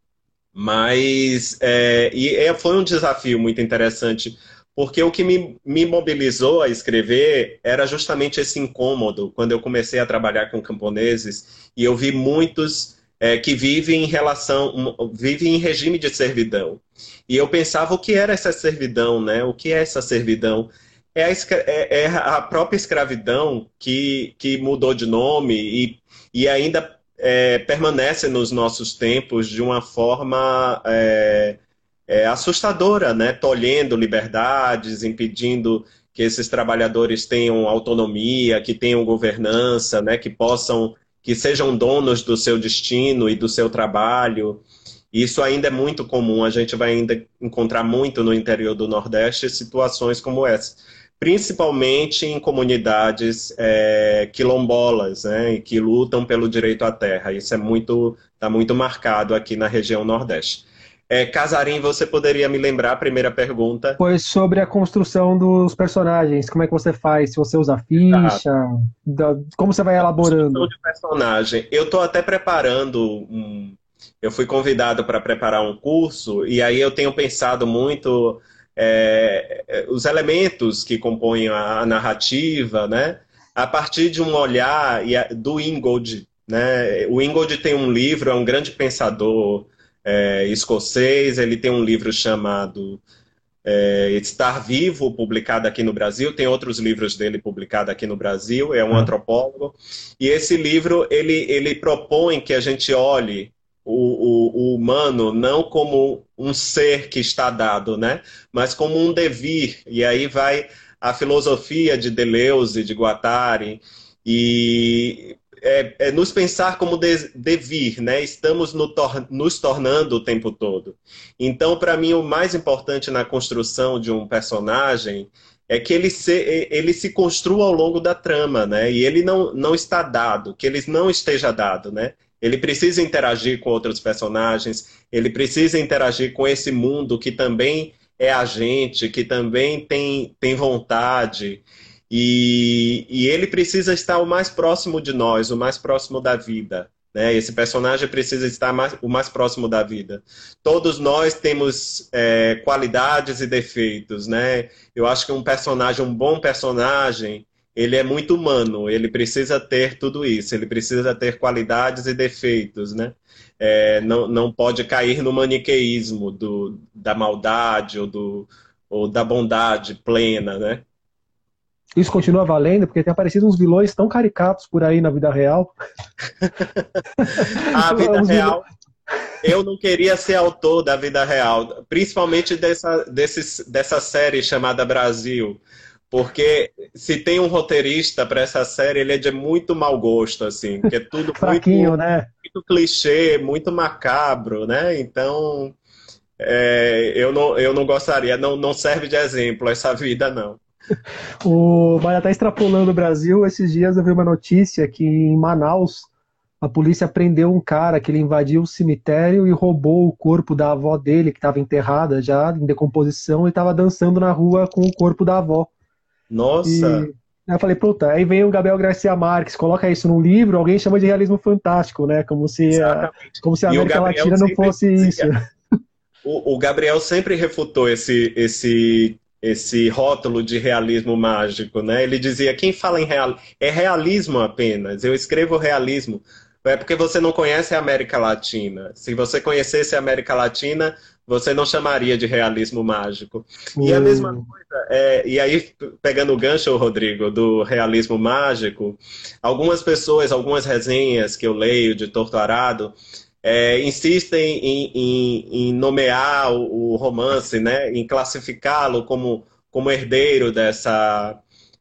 Mas é, e é, foi um desafio muito interessante, porque o que me, me mobilizou a escrever era justamente esse incômodo, quando eu comecei a trabalhar com camponeses, e eu vi muitos é, que vivem em relação, um, vivem em regime de servidão. E eu pensava o que era essa servidão, né? O que é essa servidão? É a, escra- é- é a própria escravidão que, que mudou de nome e, e ainda é, permanece nos nossos tempos de uma forma é, é, assustadora, né? Tolhendo liberdades, impedindo que esses trabalhadores tenham autonomia, que tenham governança, né? Que possam, que sejam donos do seu destino e do seu trabalho. Isso ainda é muito comum, a gente vai ainda encontrar muito no interior do Nordeste situações como essa, principalmente em comunidades é, quilombolas, né, e que lutam pelo direito à terra. Isso é muito, está muito marcado aqui na região Nordeste. É, Casarim, você poderia me lembrar a primeira pergunta? Foi sobre a construção dos personagens. Como é que você faz? Se você usa Ah, ficha, da- como você vai a construção elaborando? de personagem. Eu estou até preparando um. Eu fui convidado para preparar um curso, e aí eu tenho pensado muito é, é, os elementos que compõem a, a narrativa, né? A partir de um olhar e a- do Ingold, né? O Ingold tem um livro, é um grande pensador é, escocês, ele tem um livro chamado é, Estar Vivo, publicado aqui no Brasil, tem outros livros dele publicados aqui no Brasil, é um Ah, antropólogo, e esse livro, ele, ele propõe que a gente olhe o, o, o humano não como um ser que está dado, né? Mas como um devir, e aí vai a filosofia de Deleuze, de Guattari, e é, é nos pensar como de, devir, né? Estamos no tor nos tornando o tempo todo. Então, para mim, o mais importante na construção de um personagem é que ele se, ele se construa ao longo da trama, né? E ele não, não está dado, que ele não esteja dado, né? Ele precisa interagir com outros personagens, ele precisa interagir com esse mundo que também é a gente, que também tem, tem vontade. E, e ele precisa estar o mais próximo de nós, o mais próximo da vida, né? Esse personagem precisa estar mais, o mais próximo da vida. Todos nós temos é, qualidades e defeitos, né? Eu acho que um personagem, um bom personagem, ele é muito humano, ele precisa ter tudo isso, ele precisa ter qualidades e defeitos, né? É, não, não pode cair no maniqueísmo do, da maldade ou, do, ou da bondade plena, né? isso continua valendo, porque tem aparecido uns vilões tão caricatos por aí na vida real. A vida Uns vilões... real, eu não queria ser autor da vida real, principalmente dessa, desses, dessa série chamada Brasil, porque se tem um roteirista para essa série, ele é de muito mau gosto, assim, porque é tudo muito, fraquinho, né? muito clichê, muito macabro, né? Então, é, eu não, eu não gostaria, não, não serve de exemplo essa vida, não. O... Mas até extrapolando o Brasil, esses dias eu vi uma notícia que em Manaus a polícia prendeu um cara que ele invadiu o cemitério e roubou o corpo da avó dele, que estava enterrada já, em decomposição, e estava dançando na rua com o corpo da avó. Nossa, E aí eu falei, puta, aí vem o Gabriel Garcia Marques, coloca isso num livro, alguém chama de realismo fantástico, né? Como se a, exatamente. como se a E o América Gabriel Latina não sempre fosse isso. dizia, O, o Gabriel sempre refutou esse, esse, esse rótulo de realismo mágico, né? Ele dizia, quem fala em real, é realismo apenas, eu escrevo realismo. É porque você não conhece a América Latina. Se você conhecesse a América Latina, você não chamaria de realismo mágico. E a mesma O... coisa, é, e aí, pegando o gancho, Rodrigo, do realismo mágico, algumas pessoas, algumas resenhas que eu leio de Torto Arado, é, insistem em, em- em nomear o, o romance, né, em classificá-lo como, como herdeiro dessa,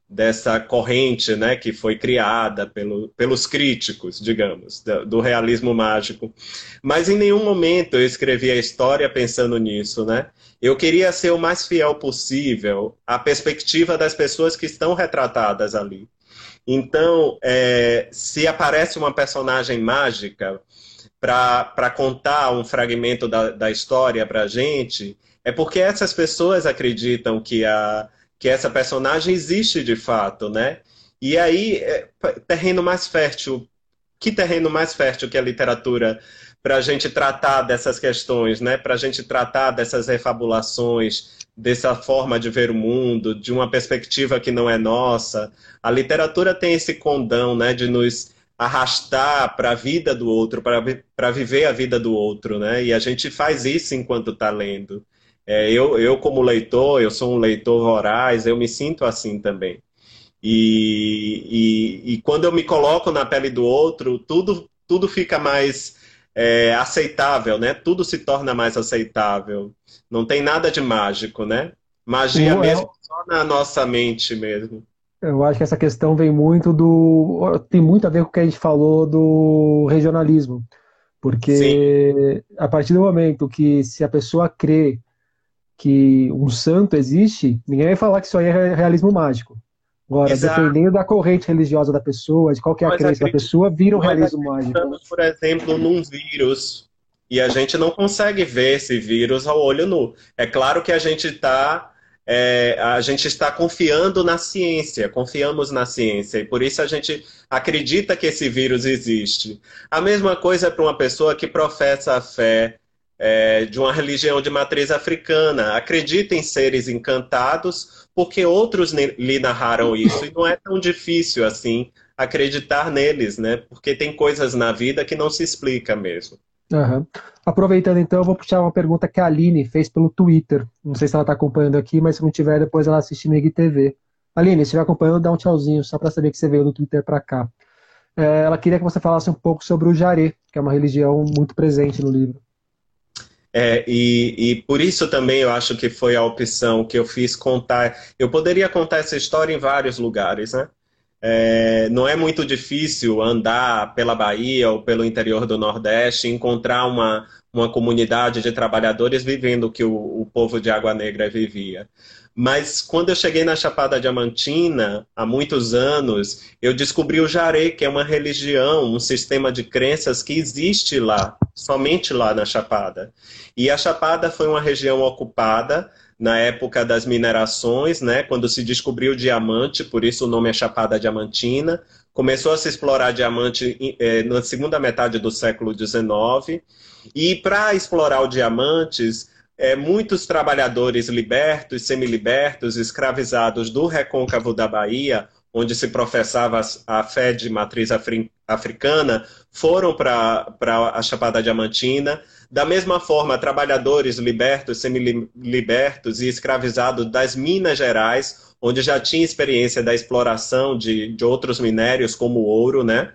dessa corrente, né, que foi criada pelo, pelos críticos, digamos, do, do realismo mágico. Mas em nenhum momento eu escrevi a história pensando nisso, né? Eu queria ser o mais fiel possível à perspectiva das pessoas que estão retratadas ali. Então, é, se aparece uma personagem mágica para contar um fragmento da, da história para a gente, é porque essas pessoas acreditam que, a, que essa personagem existe de fato, né? E aí, é, terreno mais fértil. Que terreno mais fértil que a literatura para a gente tratar dessas questões, né? Para a gente tratar dessas refabulações, dessa forma de ver o mundo, de uma perspectiva que não é nossa. A literatura tem esse condão, né, de nos arrastar para a vida do outro, para viver a vida do outro, né? E a gente faz isso enquanto está lendo. É, eu, eu, como leitor, eu sou um leitor voraz, eu me sinto assim também. E, e, e quando eu me coloco na pele do outro, tudo, tudo fica mais é, aceitável, né? Tudo se torna mais aceitável. Não tem nada de mágico, né? Magia O- mesmo é- só na nossa mente mesmo. Eu acho que essa questão vem muito do. Tem muito a ver com o que a gente falou do regionalismo. Sim, Porque a partir do momento que se a pessoa crê que um santo existe, ninguém vai falar que isso aí é realismo mágico. Agora, exato. dependendo da corrente religiosa da pessoa, de qual que é a Nós, crença da acredit... pessoa, vira um Nós realismo mágico. acreditamos, por exemplo, num vírus e a gente não consegue ver esse vírus ao olho nu. É claro que a gente está é, a gente está confiando na ciência, confiamos na ciência e por isso a gente acredita que esse vírus existe. A mesma coisa para uma pessoa que professa a fé é, de uma religião de matriz africana, acredita em seres encantados porque outros ne- lhe narraram isso e não é tão difícil assim acreditar neles, né? Porque tem coisas na vida que não se explica mesmo. Aham. Aproveitando então, eu vou puxar uma pergunta que a Aline fez pelo Twitter. Não sei se ela está acompanhando aqui, mas se não tiver, depois ela assiste no I G T V. Aline, se estiver acompanhando, dá um tchauzinho, só para saber que você veio do Twitter para cá. É, ela queria que você falasse um pouco sobre o Jaré, que é uma religião muito presente no livro. É, e, e por isso também eu acho que foi a opção que eu fiz contar. Eu poderia contar essa história em vários lugares, né? É, não é muito difícil andar pela Bahia ou pelo interior do Nordeste e encontrar uma, uma comunidade de trabalhadores vivendo o que o, o povo de Água Negra vivia. Mas quando eu cheguei na Chapada Diamantina, há muitos anos, eu descobri o Jaré, que é uma religião, um sistema de crenças que existe lá, somente lá na Chapada. E a Chapada foi uma região ocupada na época das minerações, né, quando se descobriu o diamante, por isso o nome é Chapada Diamantina. Começou a se explorar diamante eh, na segunda metade do século dezenove. E para explorar o diamantes, eh, muitos trabalhadores libertos, semilibertos, escravizados do recôncavo da Bahia, onde se professava a fé de matriz afri africana, foram para a Chapada Diamantina. Da mesma forma, trabalhadores libertos, semilibertos e escravizados das Minas Gerais, onde já tinha experiência da exploração de, de outros minérios, como o ouro, né?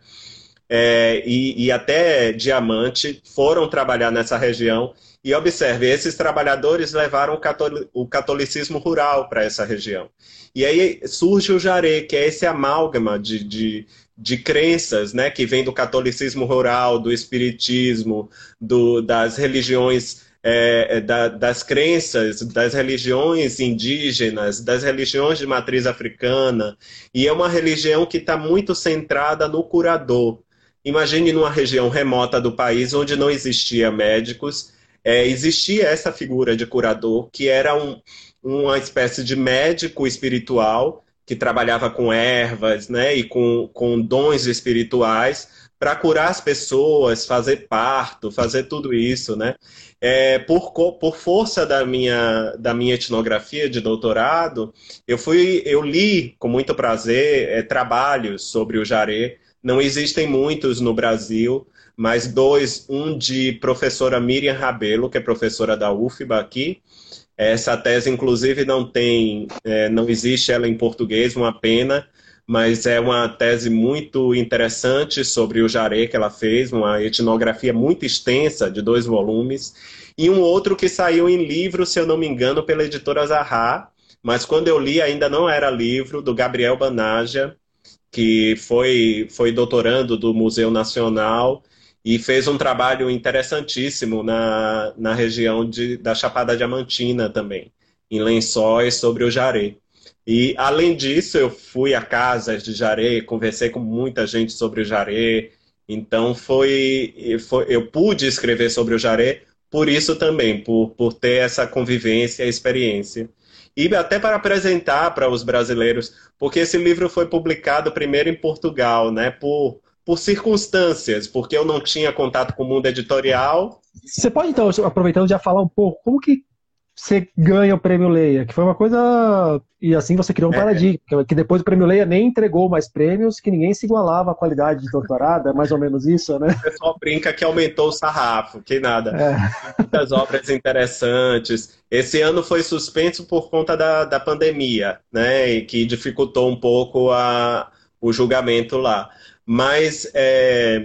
É, e, e até diamante, foram trabalhar nessa região. E observe, esses trabalhadores levaram o, catoli o catolicismo rural para essa região. E aí surge o Jaré, que é esse amálgama de, de, de crenças, né, que vem do catolicismo rural, do espiritismo, do, das religiões, é, da, das crenças, das religiões indígenas, das religiões de matriz africana. E é uma religião que está muito centrada no curador. Imagine numa região remota do país onde não existia médicos, é, existia essa figura de curador, que era um, uma espécie de médico espiritual que trabalhava com ervas, né, e com, com dons espirituais para curar as pessoas, fazer parto, fazer tudo isso, né? É, por, por força da minha, da minha etnografia de doutorado, eu, fui, eu li com muito prazer é, trabalhos sobre o Jaré. Não existem muitos no Brasil, mas dois, um de professora Miriam Rabelo, que é professora da U F B A aqui. Essa tese, inclusive, não tem, é, não existe ela em português, uma pena, mas é uma tese muito interessante sobre o Jaré que ela fez, uma etnografia muito extensa, de dois volumes, e um outro que saiu em livro, se eu não me engano, pela editora Zahar, mas quando eu li ainda não era livro, do Gabriel Banaglia, que foi, foi doutorando do Museu Nacional e fez um trabalho interessantíssimo na, na região de, da Chapada Diamantina também, em Lençóis, sobre o jaré. E, além disso, eu fui a casas de jaré, conversei com muita gente sobre o jaré, então foi, foi, eu pude escrever sobre o jaré por isso também, por, por ter essa convivência e experiência. E até para apresentar para os brasileiros, porque esse livro foi publicado primeiro em Portugal, né, por, por circunstâncias, porque eu não tinha contato com o mundo editorial. Você pode, então, aproveitando, já falar um pouco, como que você ganha o Prêmio Leia? Que foi uma coisa... E assim você criou um É, paradigma, que depois o Prêmio Leia nem entregou mais prêmios, que ninguém se igualava à qualidade de doutorado, é mais ou menos isso, né? o pessoal brinca que aumentou o sarrafo, que nada. É. Muitas obras interessantes. Esse ano foi suspenso por conta da, da pandemia, né, e que dificultou um pouco a, o julgamento lá. Mas é,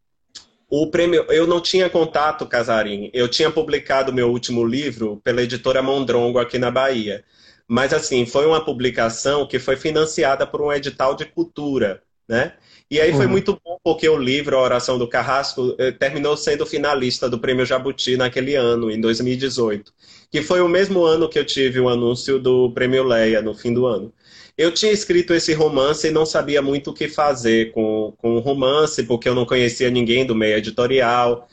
o prêmio, eu não tinha contato, Casarim. Eu tinha publicado meu último livro pela editora Mondrongo aqui na Bahia. Mas assim, foi uma publicação que foi financiada por um edital de cultura, né? E aí foi Uhum. muito bom porque o livro A Oração do Carrasco eh, terminou sendo finalista do Prêmio Jabuti naquele ano, em dois mil e dezoito, que foi o mesmo ano que eu tive o anúncio do Prêmio Leia, no fim do ano. Eu tinha escrito esse romance e não sabia muito o que fazer com, com o romance, porque eu não conhecia ninguém do meio editorial.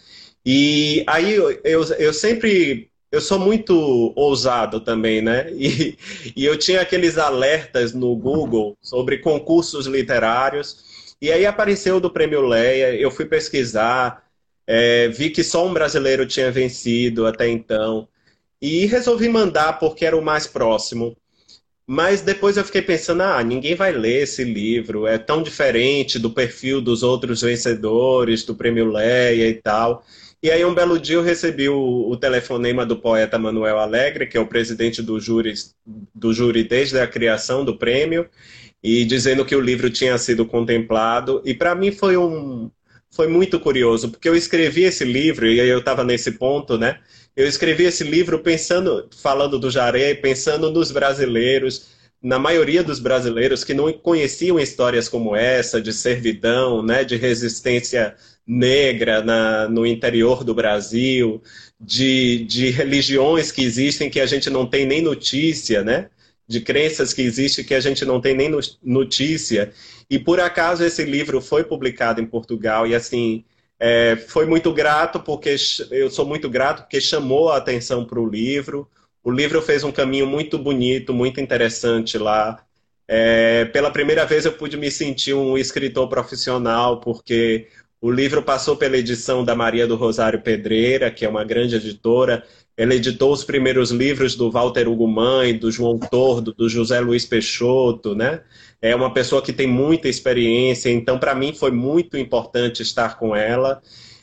E aí eu, eu, eu sempre... Eu sou muito ousado também, né? E, e eu tinha aqueles alertas no Google sobre concursos literários. E aí apareceu o do Prêmio Leia, eu fui pesquisar, é, vi que só um brasileiro tinha vencido até então. E resolvi mandar porque era o mais próximo. Mas depois eu fiquei pensando, ah, ninguém vai ler esse livro, é tão diferente do perfil dos outros vencedores do Prêmio Leia e tal. E aí um belo dia eu recebi o, o telefonema do poeta Manuel Alegre, que é o presidente do júri, do júri desde a criação do prêmio, e dizendo que o livro tinha sido contemplado. E para mim foi um, foi muito curioso, porque eu escrevi esse livro, e aí eu estava nesse ponto, né? Eu escrevi esse livro pensando, falando do Jaré, pensando nos brasileiros, na maioria dos brasileiros que não conheciam histórias como essa, de servidão, né, de resistência negra na, no interior do Brasil, de, de religiões que existem que a gente não tem nem notícia, né? De crenças que existem que a gente não tem nem notícia. E por acaso esse livro foi publicado em Portugal e assim... É, foi muito grato, porque eu sou muito grato porque chamou a atenção para o livro. O livro fez um caminho muito bonito, muito interessante lá. É, pela primeira vez eu pude me sentir um escritor profissional, porque o livro passou pela edição da Maria do Rosário Pedreira, que é uma grande editora. Ela editou os primeiros livros do Walter Hugo Mãe, do João Tordo, do José Luiz Peixoto, né? É uma pessoa que tem muita experiência, então para mim foi muito importante estar com ela.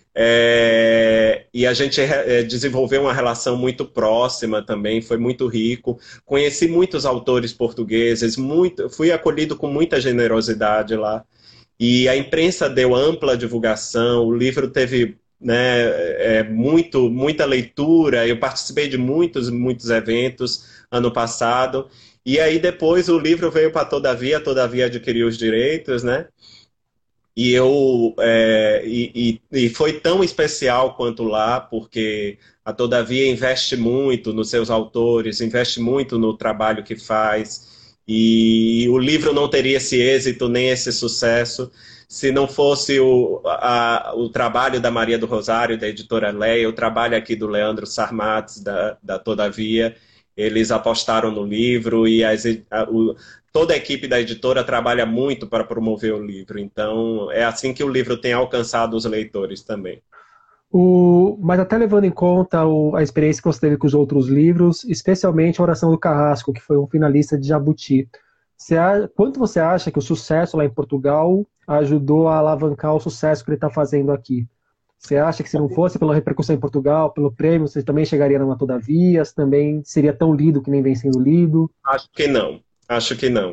É, e a gente é, desenvolveu uma relação muito próxima também, foi muito rico. Conheci muitos autores portugueses, muito, fui acolhido com muita generosidade lá. E a imprensa deu ampla divulgação, o livro teve, né, é, muito, muita leitura, eu participei de muitos, muitos eventos ano passado. E aí depois o livro veio para Todavia, Todavia adquiriu os direitos, né? E, eu, é, e, e, e foi tão especial quanto lá, porque a Todavia investe muito nos seus autores, investe muito no trabalho que faz, e o livro não teria esse êxito nem esse sucesso se não fosse o, a, o trabalho da Maria do Rosário, da editora Leia, o trabalho aqui do Leandro Sarmatz, da, da Todavia. Eles apostaram no livro e as, a, o, toda a equipe da editora trabalha muito para promover o livro. Então, é assim que o livro tem alcançado os leitores também. O, mas até levando em conta o, a experiência que você teve com os outros livros, especialmente a Oração do Carrasco, que foi um finalista de Jabuti. Você, quanto você acha que o sucesso lá em Portugal ajudou a alavancar o sucesso que ele está fazendo aqui? Você acha que se não fosse pela repercussão em Portugal, pelo prêmio, você também chegaria numa Todavia? Você também seria tão lido que nem vem sendo lido? Acho que não. Acho que não.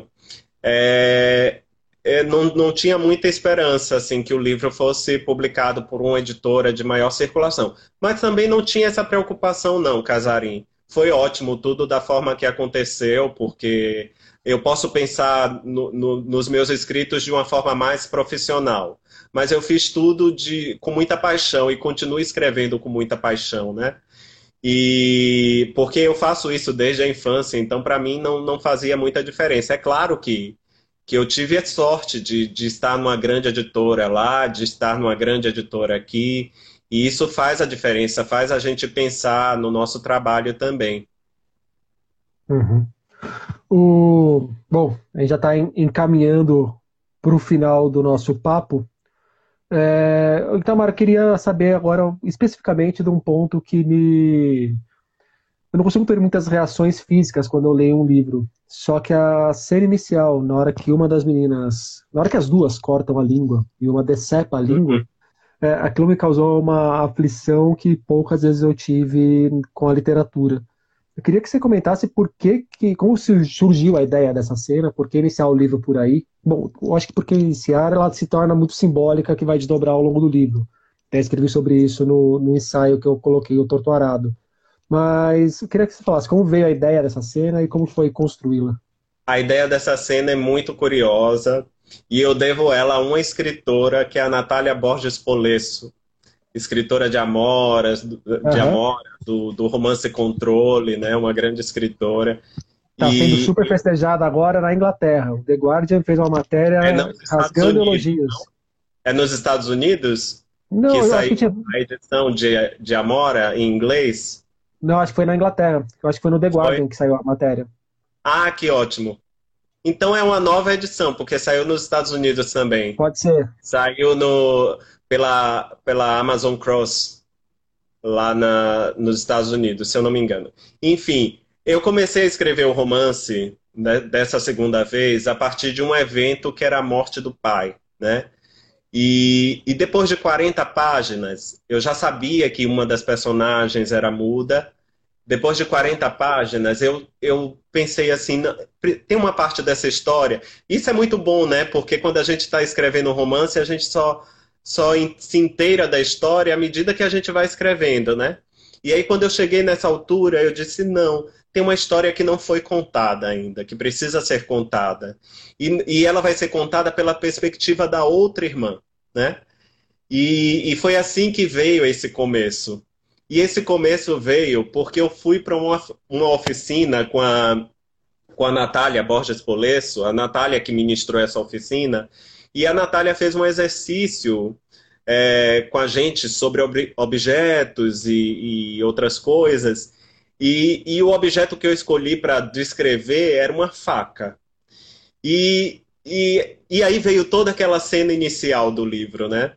É, é, não, não tinha muita esperança assim, que o livro fosse publicado por uma editora de maior circulação. Mas também não tinha essa preocupação não, Casarim. foi ótimo tudo da forma que aconteceu, porque eu posso pensar no- no- nos meus escritos de uma forma mais profissional, mas eu fiz tudo de, com muita paixão e continuo escrevendo com muita paixão, né? E porque eu faço isso desde a infância, então para mim não, não fazia muita diferença. É claro que, que eu tive a sorte de, de estar numa grande editora lá, de estar numa grande editora aqui, e isso faz a diferença, faz a gente pensar no nosso trabalho também. Uhum. O... Bom, a gente já está encaminhando para o final do nosso papo. É... Itamar, eu queria saber agora especificamente de um ponto que me. Eu não consigo ter muitas reações físicas quando eu leio um livro. Só que a cena inicial, na hora que uma das meninas. Na hora que as duas cortam a língua e uma decepa a língua, Uhum. é, aquilo me causou uma aflição que poucas vezes eu tive com a literatura. Eu queria que você comentasse por que, que como su- surgiu a ideia dessa cena, por que iniciar o livro por aí. Bom, eu acho que porque iniciar ela se torna muito simbólica que vai desdobrar ao longo do livro. Até escrevi sobre isso no, no ensaio que eu coloquei, O Torto Arado. Mas eu queria que você falasse como veio a ideia dessa cena e como foi construí-la. A ideia dessa cena é muito curiosa e eu devo ela a uma escritora que é a Natália Borges Polesso, escritora de Amoras, do- de Aham. Amora, do, do romance Controle, né? Uma grande escritora. Está sendo E super festejada agora na Inglaterra. O The Guardian fez uma é matéria nos Estados rasgando Unidos. elogios. É nos Estados Unidos que Não, eu acho que saiu tinha. a edição de, de Amora em inglês. Não, acho que foi na Inglaterra. Eu acho que foi no The Foi? Guardian que saiu a matéria. Ah, que ótimo. Então é uma nova edição, porque saiu nos Estados Unidos também. Pode ser. Saiu no, pela, pela Amazon Cross, lá na, nos Estados Unidos, se eu não me engano. Enfim, eu comecei a escrever o romance, né, dessa segunda vez a partir de um evento que era a morte do pai, né? E, e depois de quarenta páginas, eu já sabia que uma das personagens era muda. Depois de quarenta páginas, eu, eu pensei assim, "Não, tem uma parte dessa história." Isso é muito bom, né? Porque quando a gente está escrevendo um romance, a gente só, só in- se inteira da história à medida que a gente vai escrevendo, né? E aí, quando eu cheguei nessa altura, eu disse, não, tem uma história que não foi contada ainda, que precisa ser contada. E, e ela vai ser contada pela perspectiva da outra irmã, né? E, e foi assim que veio esse começo. E esse começo veio porque eu fui para uma, uma oficina com a, com a Natália Borges Polesso, a Natália que ministrou essa oficina, e a Natália fez um exercício é, com a gente sobre ob objetos e, e outras coisas. E, e o objeto que eu escolhi para descrever era uma faca. E, e, e aí veio toda aquela cena inicial do livro, né?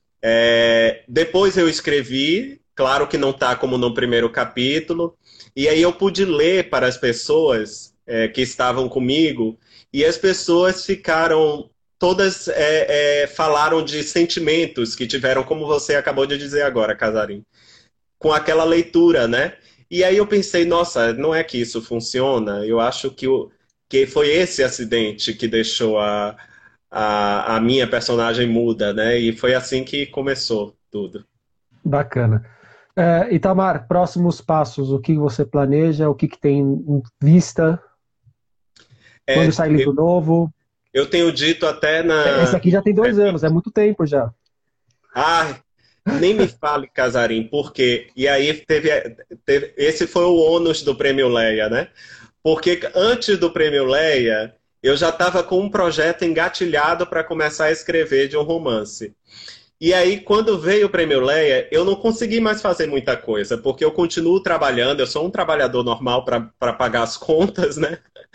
É, depois eu escrevi, claro que não está como no primeiro capítulo, e aí eu pude ler para as pessoas é, que estavam comigo, e as pessoas ficaram, todas é, é, falaram de sentimentos que tiveram, como você acabou de dizer agora, Casarim, com aquela leitura, né? E aí eu pensei, nossa, não é que isso funciona, eu acho que, o, que foi esse acidente que deixou a a, a minha personagem muda, né? E foi assim que começou tudo. Bacana. É, Itamar, próximos passos, o que você planeja, o que, que tem em vista, quando É, sai eu, livro novo? eu tenho dito até Esse na aqui já tem dois anos, é muito tempo já. ah, nem me fale, Casarim, porque e aí teve, teve esse foi o ônus do Prêmio Leia, né? Porque antes do Prêmio Leia, eu já estava com um projeto engatilhado para começar a escrever de um romance. E aí, quando veio o Prêmio Leia, eu não consegui mais fazer muita coisa, porque eu continuo trabalhando, eu sou um trabalhador normal para pagar as contas, né?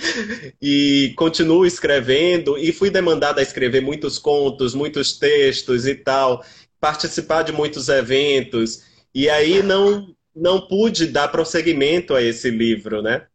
E continuo escrevendo, e fui demandada a escrever muitos contos, muitos textos e tal, participar de muitos eventos, e aí não, não pude dar prosseguimento a esse livro, né?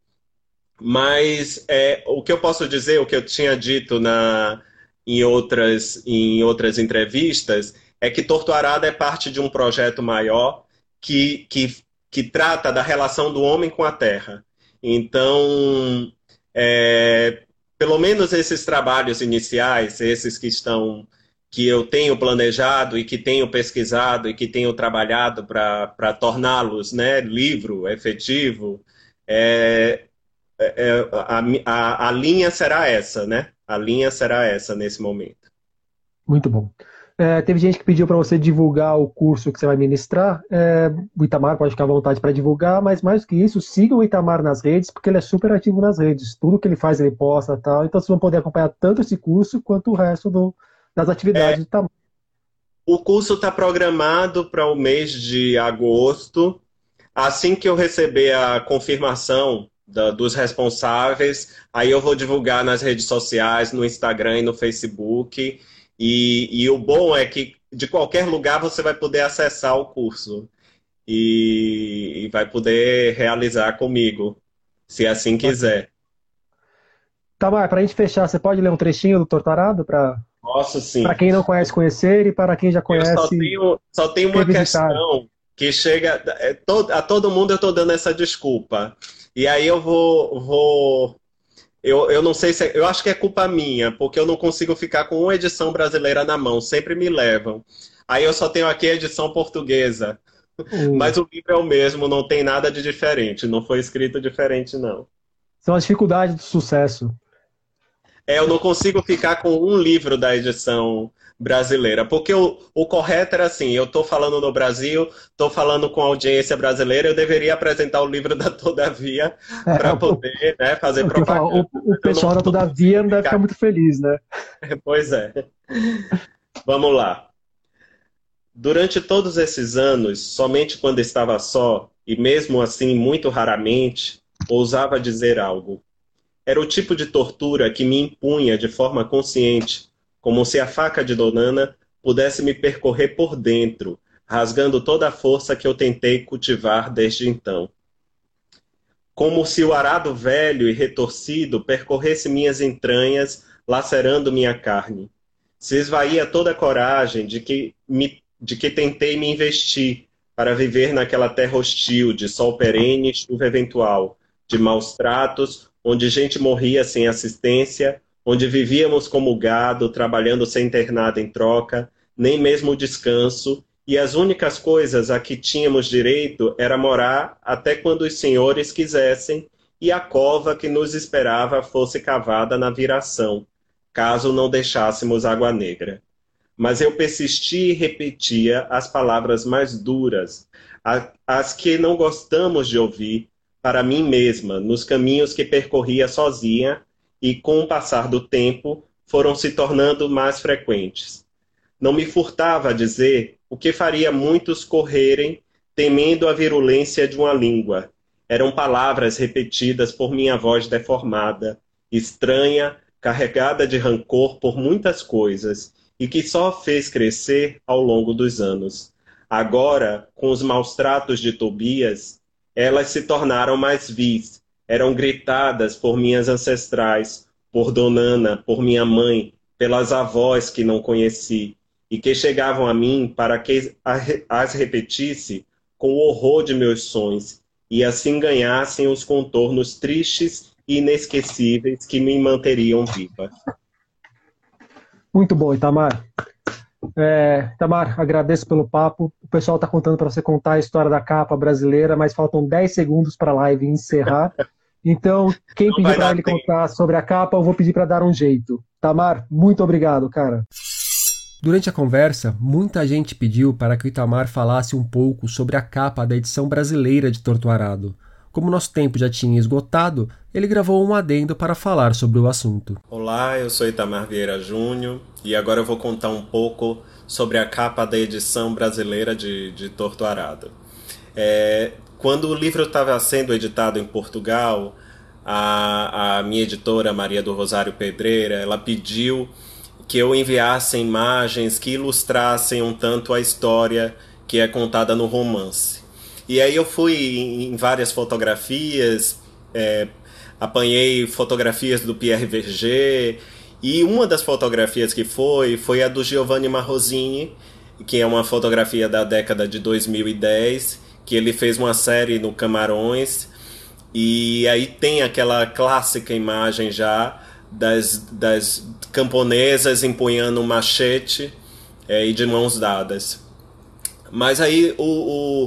Mas é, o que eu posso dizer, o que eu tinha dito na, em outras, em outras entrevistas, é que Torto Arado é parte de um projeto maior que, que, que trata da relação do homem com a terra. Então, é, pelo menos esses trabalhos iniciais, esses que estão, que eu tenho planejado e que tenho pesquisado e que tenho trabalhado para torná-los, né, livro efetivo, É, é, a, a, a linha será essa, né? A linha será essa nesse momento. Muito bom. É, teve gente que pediu para você divulgar o curso que você vai ministrar. É, o Itamar pode ficar à vontade para divulgar, mas mais do que isso, sigam o Itamar nas redes, porque ele é super ativo nas redes. Tudo que ele faz, ele posta e tal. Então vocês vão poder acompanhar tanto esse curso quanto o resto do, das atividades do Itamar. O curso está programado para o mês de agosto. Assim que eu receber a confirmação da- dos responsáveis, aí eu vou divulgar nas redes sociais, no Instagram e no Facebook. E, e o bom é que de qualquer lugar você vai poder acessar o curso e, e vai poder realizar comigo, se assim quiser. Itamar, para a gente fechar, você pode ler um trechinho do Torturado para Posso para sim. quem não conhece conhecer e para quem já Eu só conhece tenho, só tenho uma revisitar? questão que chega. É, to- a todo mundo eu estou dando essa desculpa. E aí eu vou, vou Eu, eu não sei se. É- eu acho que é culpa minha, porque eu não consigo ficar com uma edição brasileira na mão, sempre me levam. Aí eu só tenho aqui a edição portuguesa. O- Mas o livro é o mesmo, não tem nada de diferente, não foi escrito diferente, não. São as dificuldades do sucesso. É, eu não consigo ficar com um livro da edição brasileira, porque o, o correto era assim: eu estou falando no Brasil, estou falando com a audiência brasileira, eu deveria apresentar o livro da Todavia É, para o, poder, né, fazer o que eu falo, propaganda. o, o Mas eu não, pessoal da não consigo Todavia não deve ficar ficar. muito feliz, né? Pois é. Vamos lá. Durante todos esses anos, somente quando estava só, e mesmo assim muito raramente, ousava dizer algo. Era o tipo de tortura que me impunha de forma consciente, como se a faca de Donana pudesse me percorrer por dentro, rasgando toda a força que eu tentei cultivar desde então. Como se o arado velho e retorcido percorresse minhas entranhas, lacerando minha carne. Se esvaía toda a coragem de que, me, de que tentei me investir para viver naquela terra hostil, de sol perene e chuva eventual, de maus tratos, onde gente morria sem assistência, onde vivíamos como gado, trabalhando sem ter nada em troca, nem mesmo descanso, e as únicas coisas a que tínhamos direito era morar até quando os senhores quisessem e a cova que nos esperava fosse cavada na viração, caso não deixássemos Água Negra. Mas eu persistia e repetia as palavras mais duras, as que não gostamos de ouvir, para mim mesma, nos caminhos que percorria sozinha e, com o passar do tempo, foram se tornando mais frequentes. Não me furtava a dizer o que faria muitos correrem, temendo a virulência de uma língua. Eram palavras repetidas por minha voz deformada, estranha, carregada de rancor por muitas coisas, e que só fez crescer ao longo dos anos. Agora, com os maus tratos de Tobias, elas se tornaram mais vis, eram gritadas por minhas ancestrais, por Donana, por minha mãe, pelas avós que não conheci, e que chegavam a mim para que as repetisse com o horror de meus sonhos, e assim ganhassem os contornos tristes e inesquecíveis que me manteriam viva. Muito bom, Itamar. É, Itamar, agradeço pelo papo. O pessoal está contando para você contar a história da capa brasileira, mas faltam dez segundos para a live encerrar. Então, quem Não pedir vai para dar ele tempo. contar sobre a capa, eu vou pedir para dar um jeito. Itamar, muito obrigado, cara. Durante a conversa, muita gente pediu para que o Itamar falasse um pouco sobre a capa da edição brasileira de Torturado. Como nosso tempo já tinha esgotado, ele gravou um adendo para falar sobre o assunto. Olá, eu sou Itamar Vieira Júnior e agora eu vou contar um pouco sobre a capa da edição brasileira de, de Torturado. É, quando o livro estava sendo editado em Portugal, a, a minha editora, Maria do Rosário Pedreira, ela pediu que eu enviasse imagens que ilustrassem um tanto a história que é contada no romance. E aí eu fui em várias fotografias, é, apanhei fotografias do Pierre Verger, e uma das fotografias que foi, foi a do Giovanni Marrosini, que é uma fotografia da década de dois mil e dez, que ele fez uma série no Camarões, e aí tem aquela clássica imagem já das, das camponesas empunhando um machete é, e de mãos dadas. Mas aí o, o,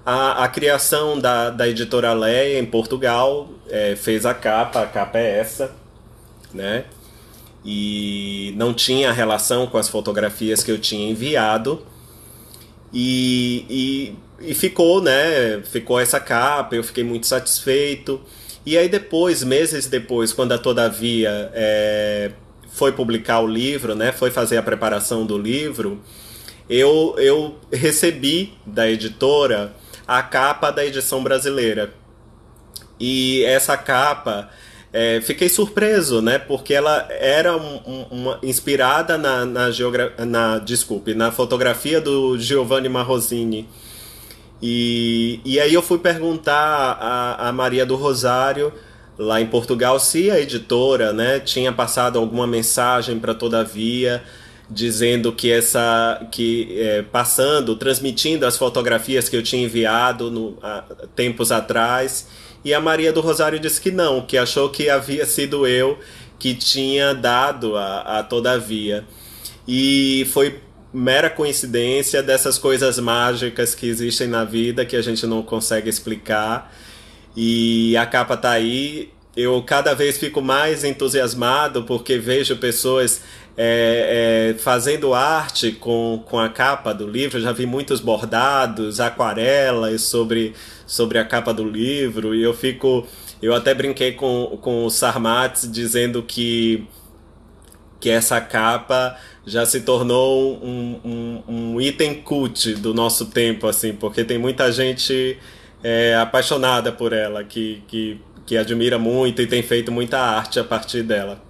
A, a criação da, da editora Leia em Portugal é, fez a capa, a capa é essa, né? E não tinha relação com as fotografias que eu tinha enviado. E, e, e ficou, né? Ficou essa capa, eu fiquei muito satisfeito. E aí depois, meses depois, quando a Todavia é, foi publicar o livro, né? Foi fazer a preparação do livro, eu, eu recebi da editora a capa da edição brasileira. E essa capa, é, fiquei surpreso, né? Porque ela era um, um, uma, inspirada na, na, geogra... na, desculpe, na fotografia do Giovanni Marrosini. E, e aí eu fui perguntar a, a Maria do Rosário, lá em Portugal, se a editora, né, tinha passado alguma mensagem para Todavia, dizendo que essa, que é, passando, transmitindo as fotografias que eu tinha enviado no, há tempos atrás. E a Maria do Rosário disse que não, que achou que havia sido eu que tinha dado a, a Todavia. E foi mera coincidência dessas coisas mágicas que existem na vida que a gente não consegue explicar. E a capa tá aí. Eu cada vez fico mais entusiasmado porque vejo pessoas é, é, fazendo arte com, com a capa do livro. Eu já vi muitos bordados, aquarelas sobre, sobre a capa do livro. E eu fico... Eu até brinquei com, com o Sarmatz dizendo que, que essa capa já se tornou um, um, um item cult do nosso tempo, assim, porque tem muita gente é, apaixonada por ela, que... que que admira muito e tem feito muita arte a partir dela.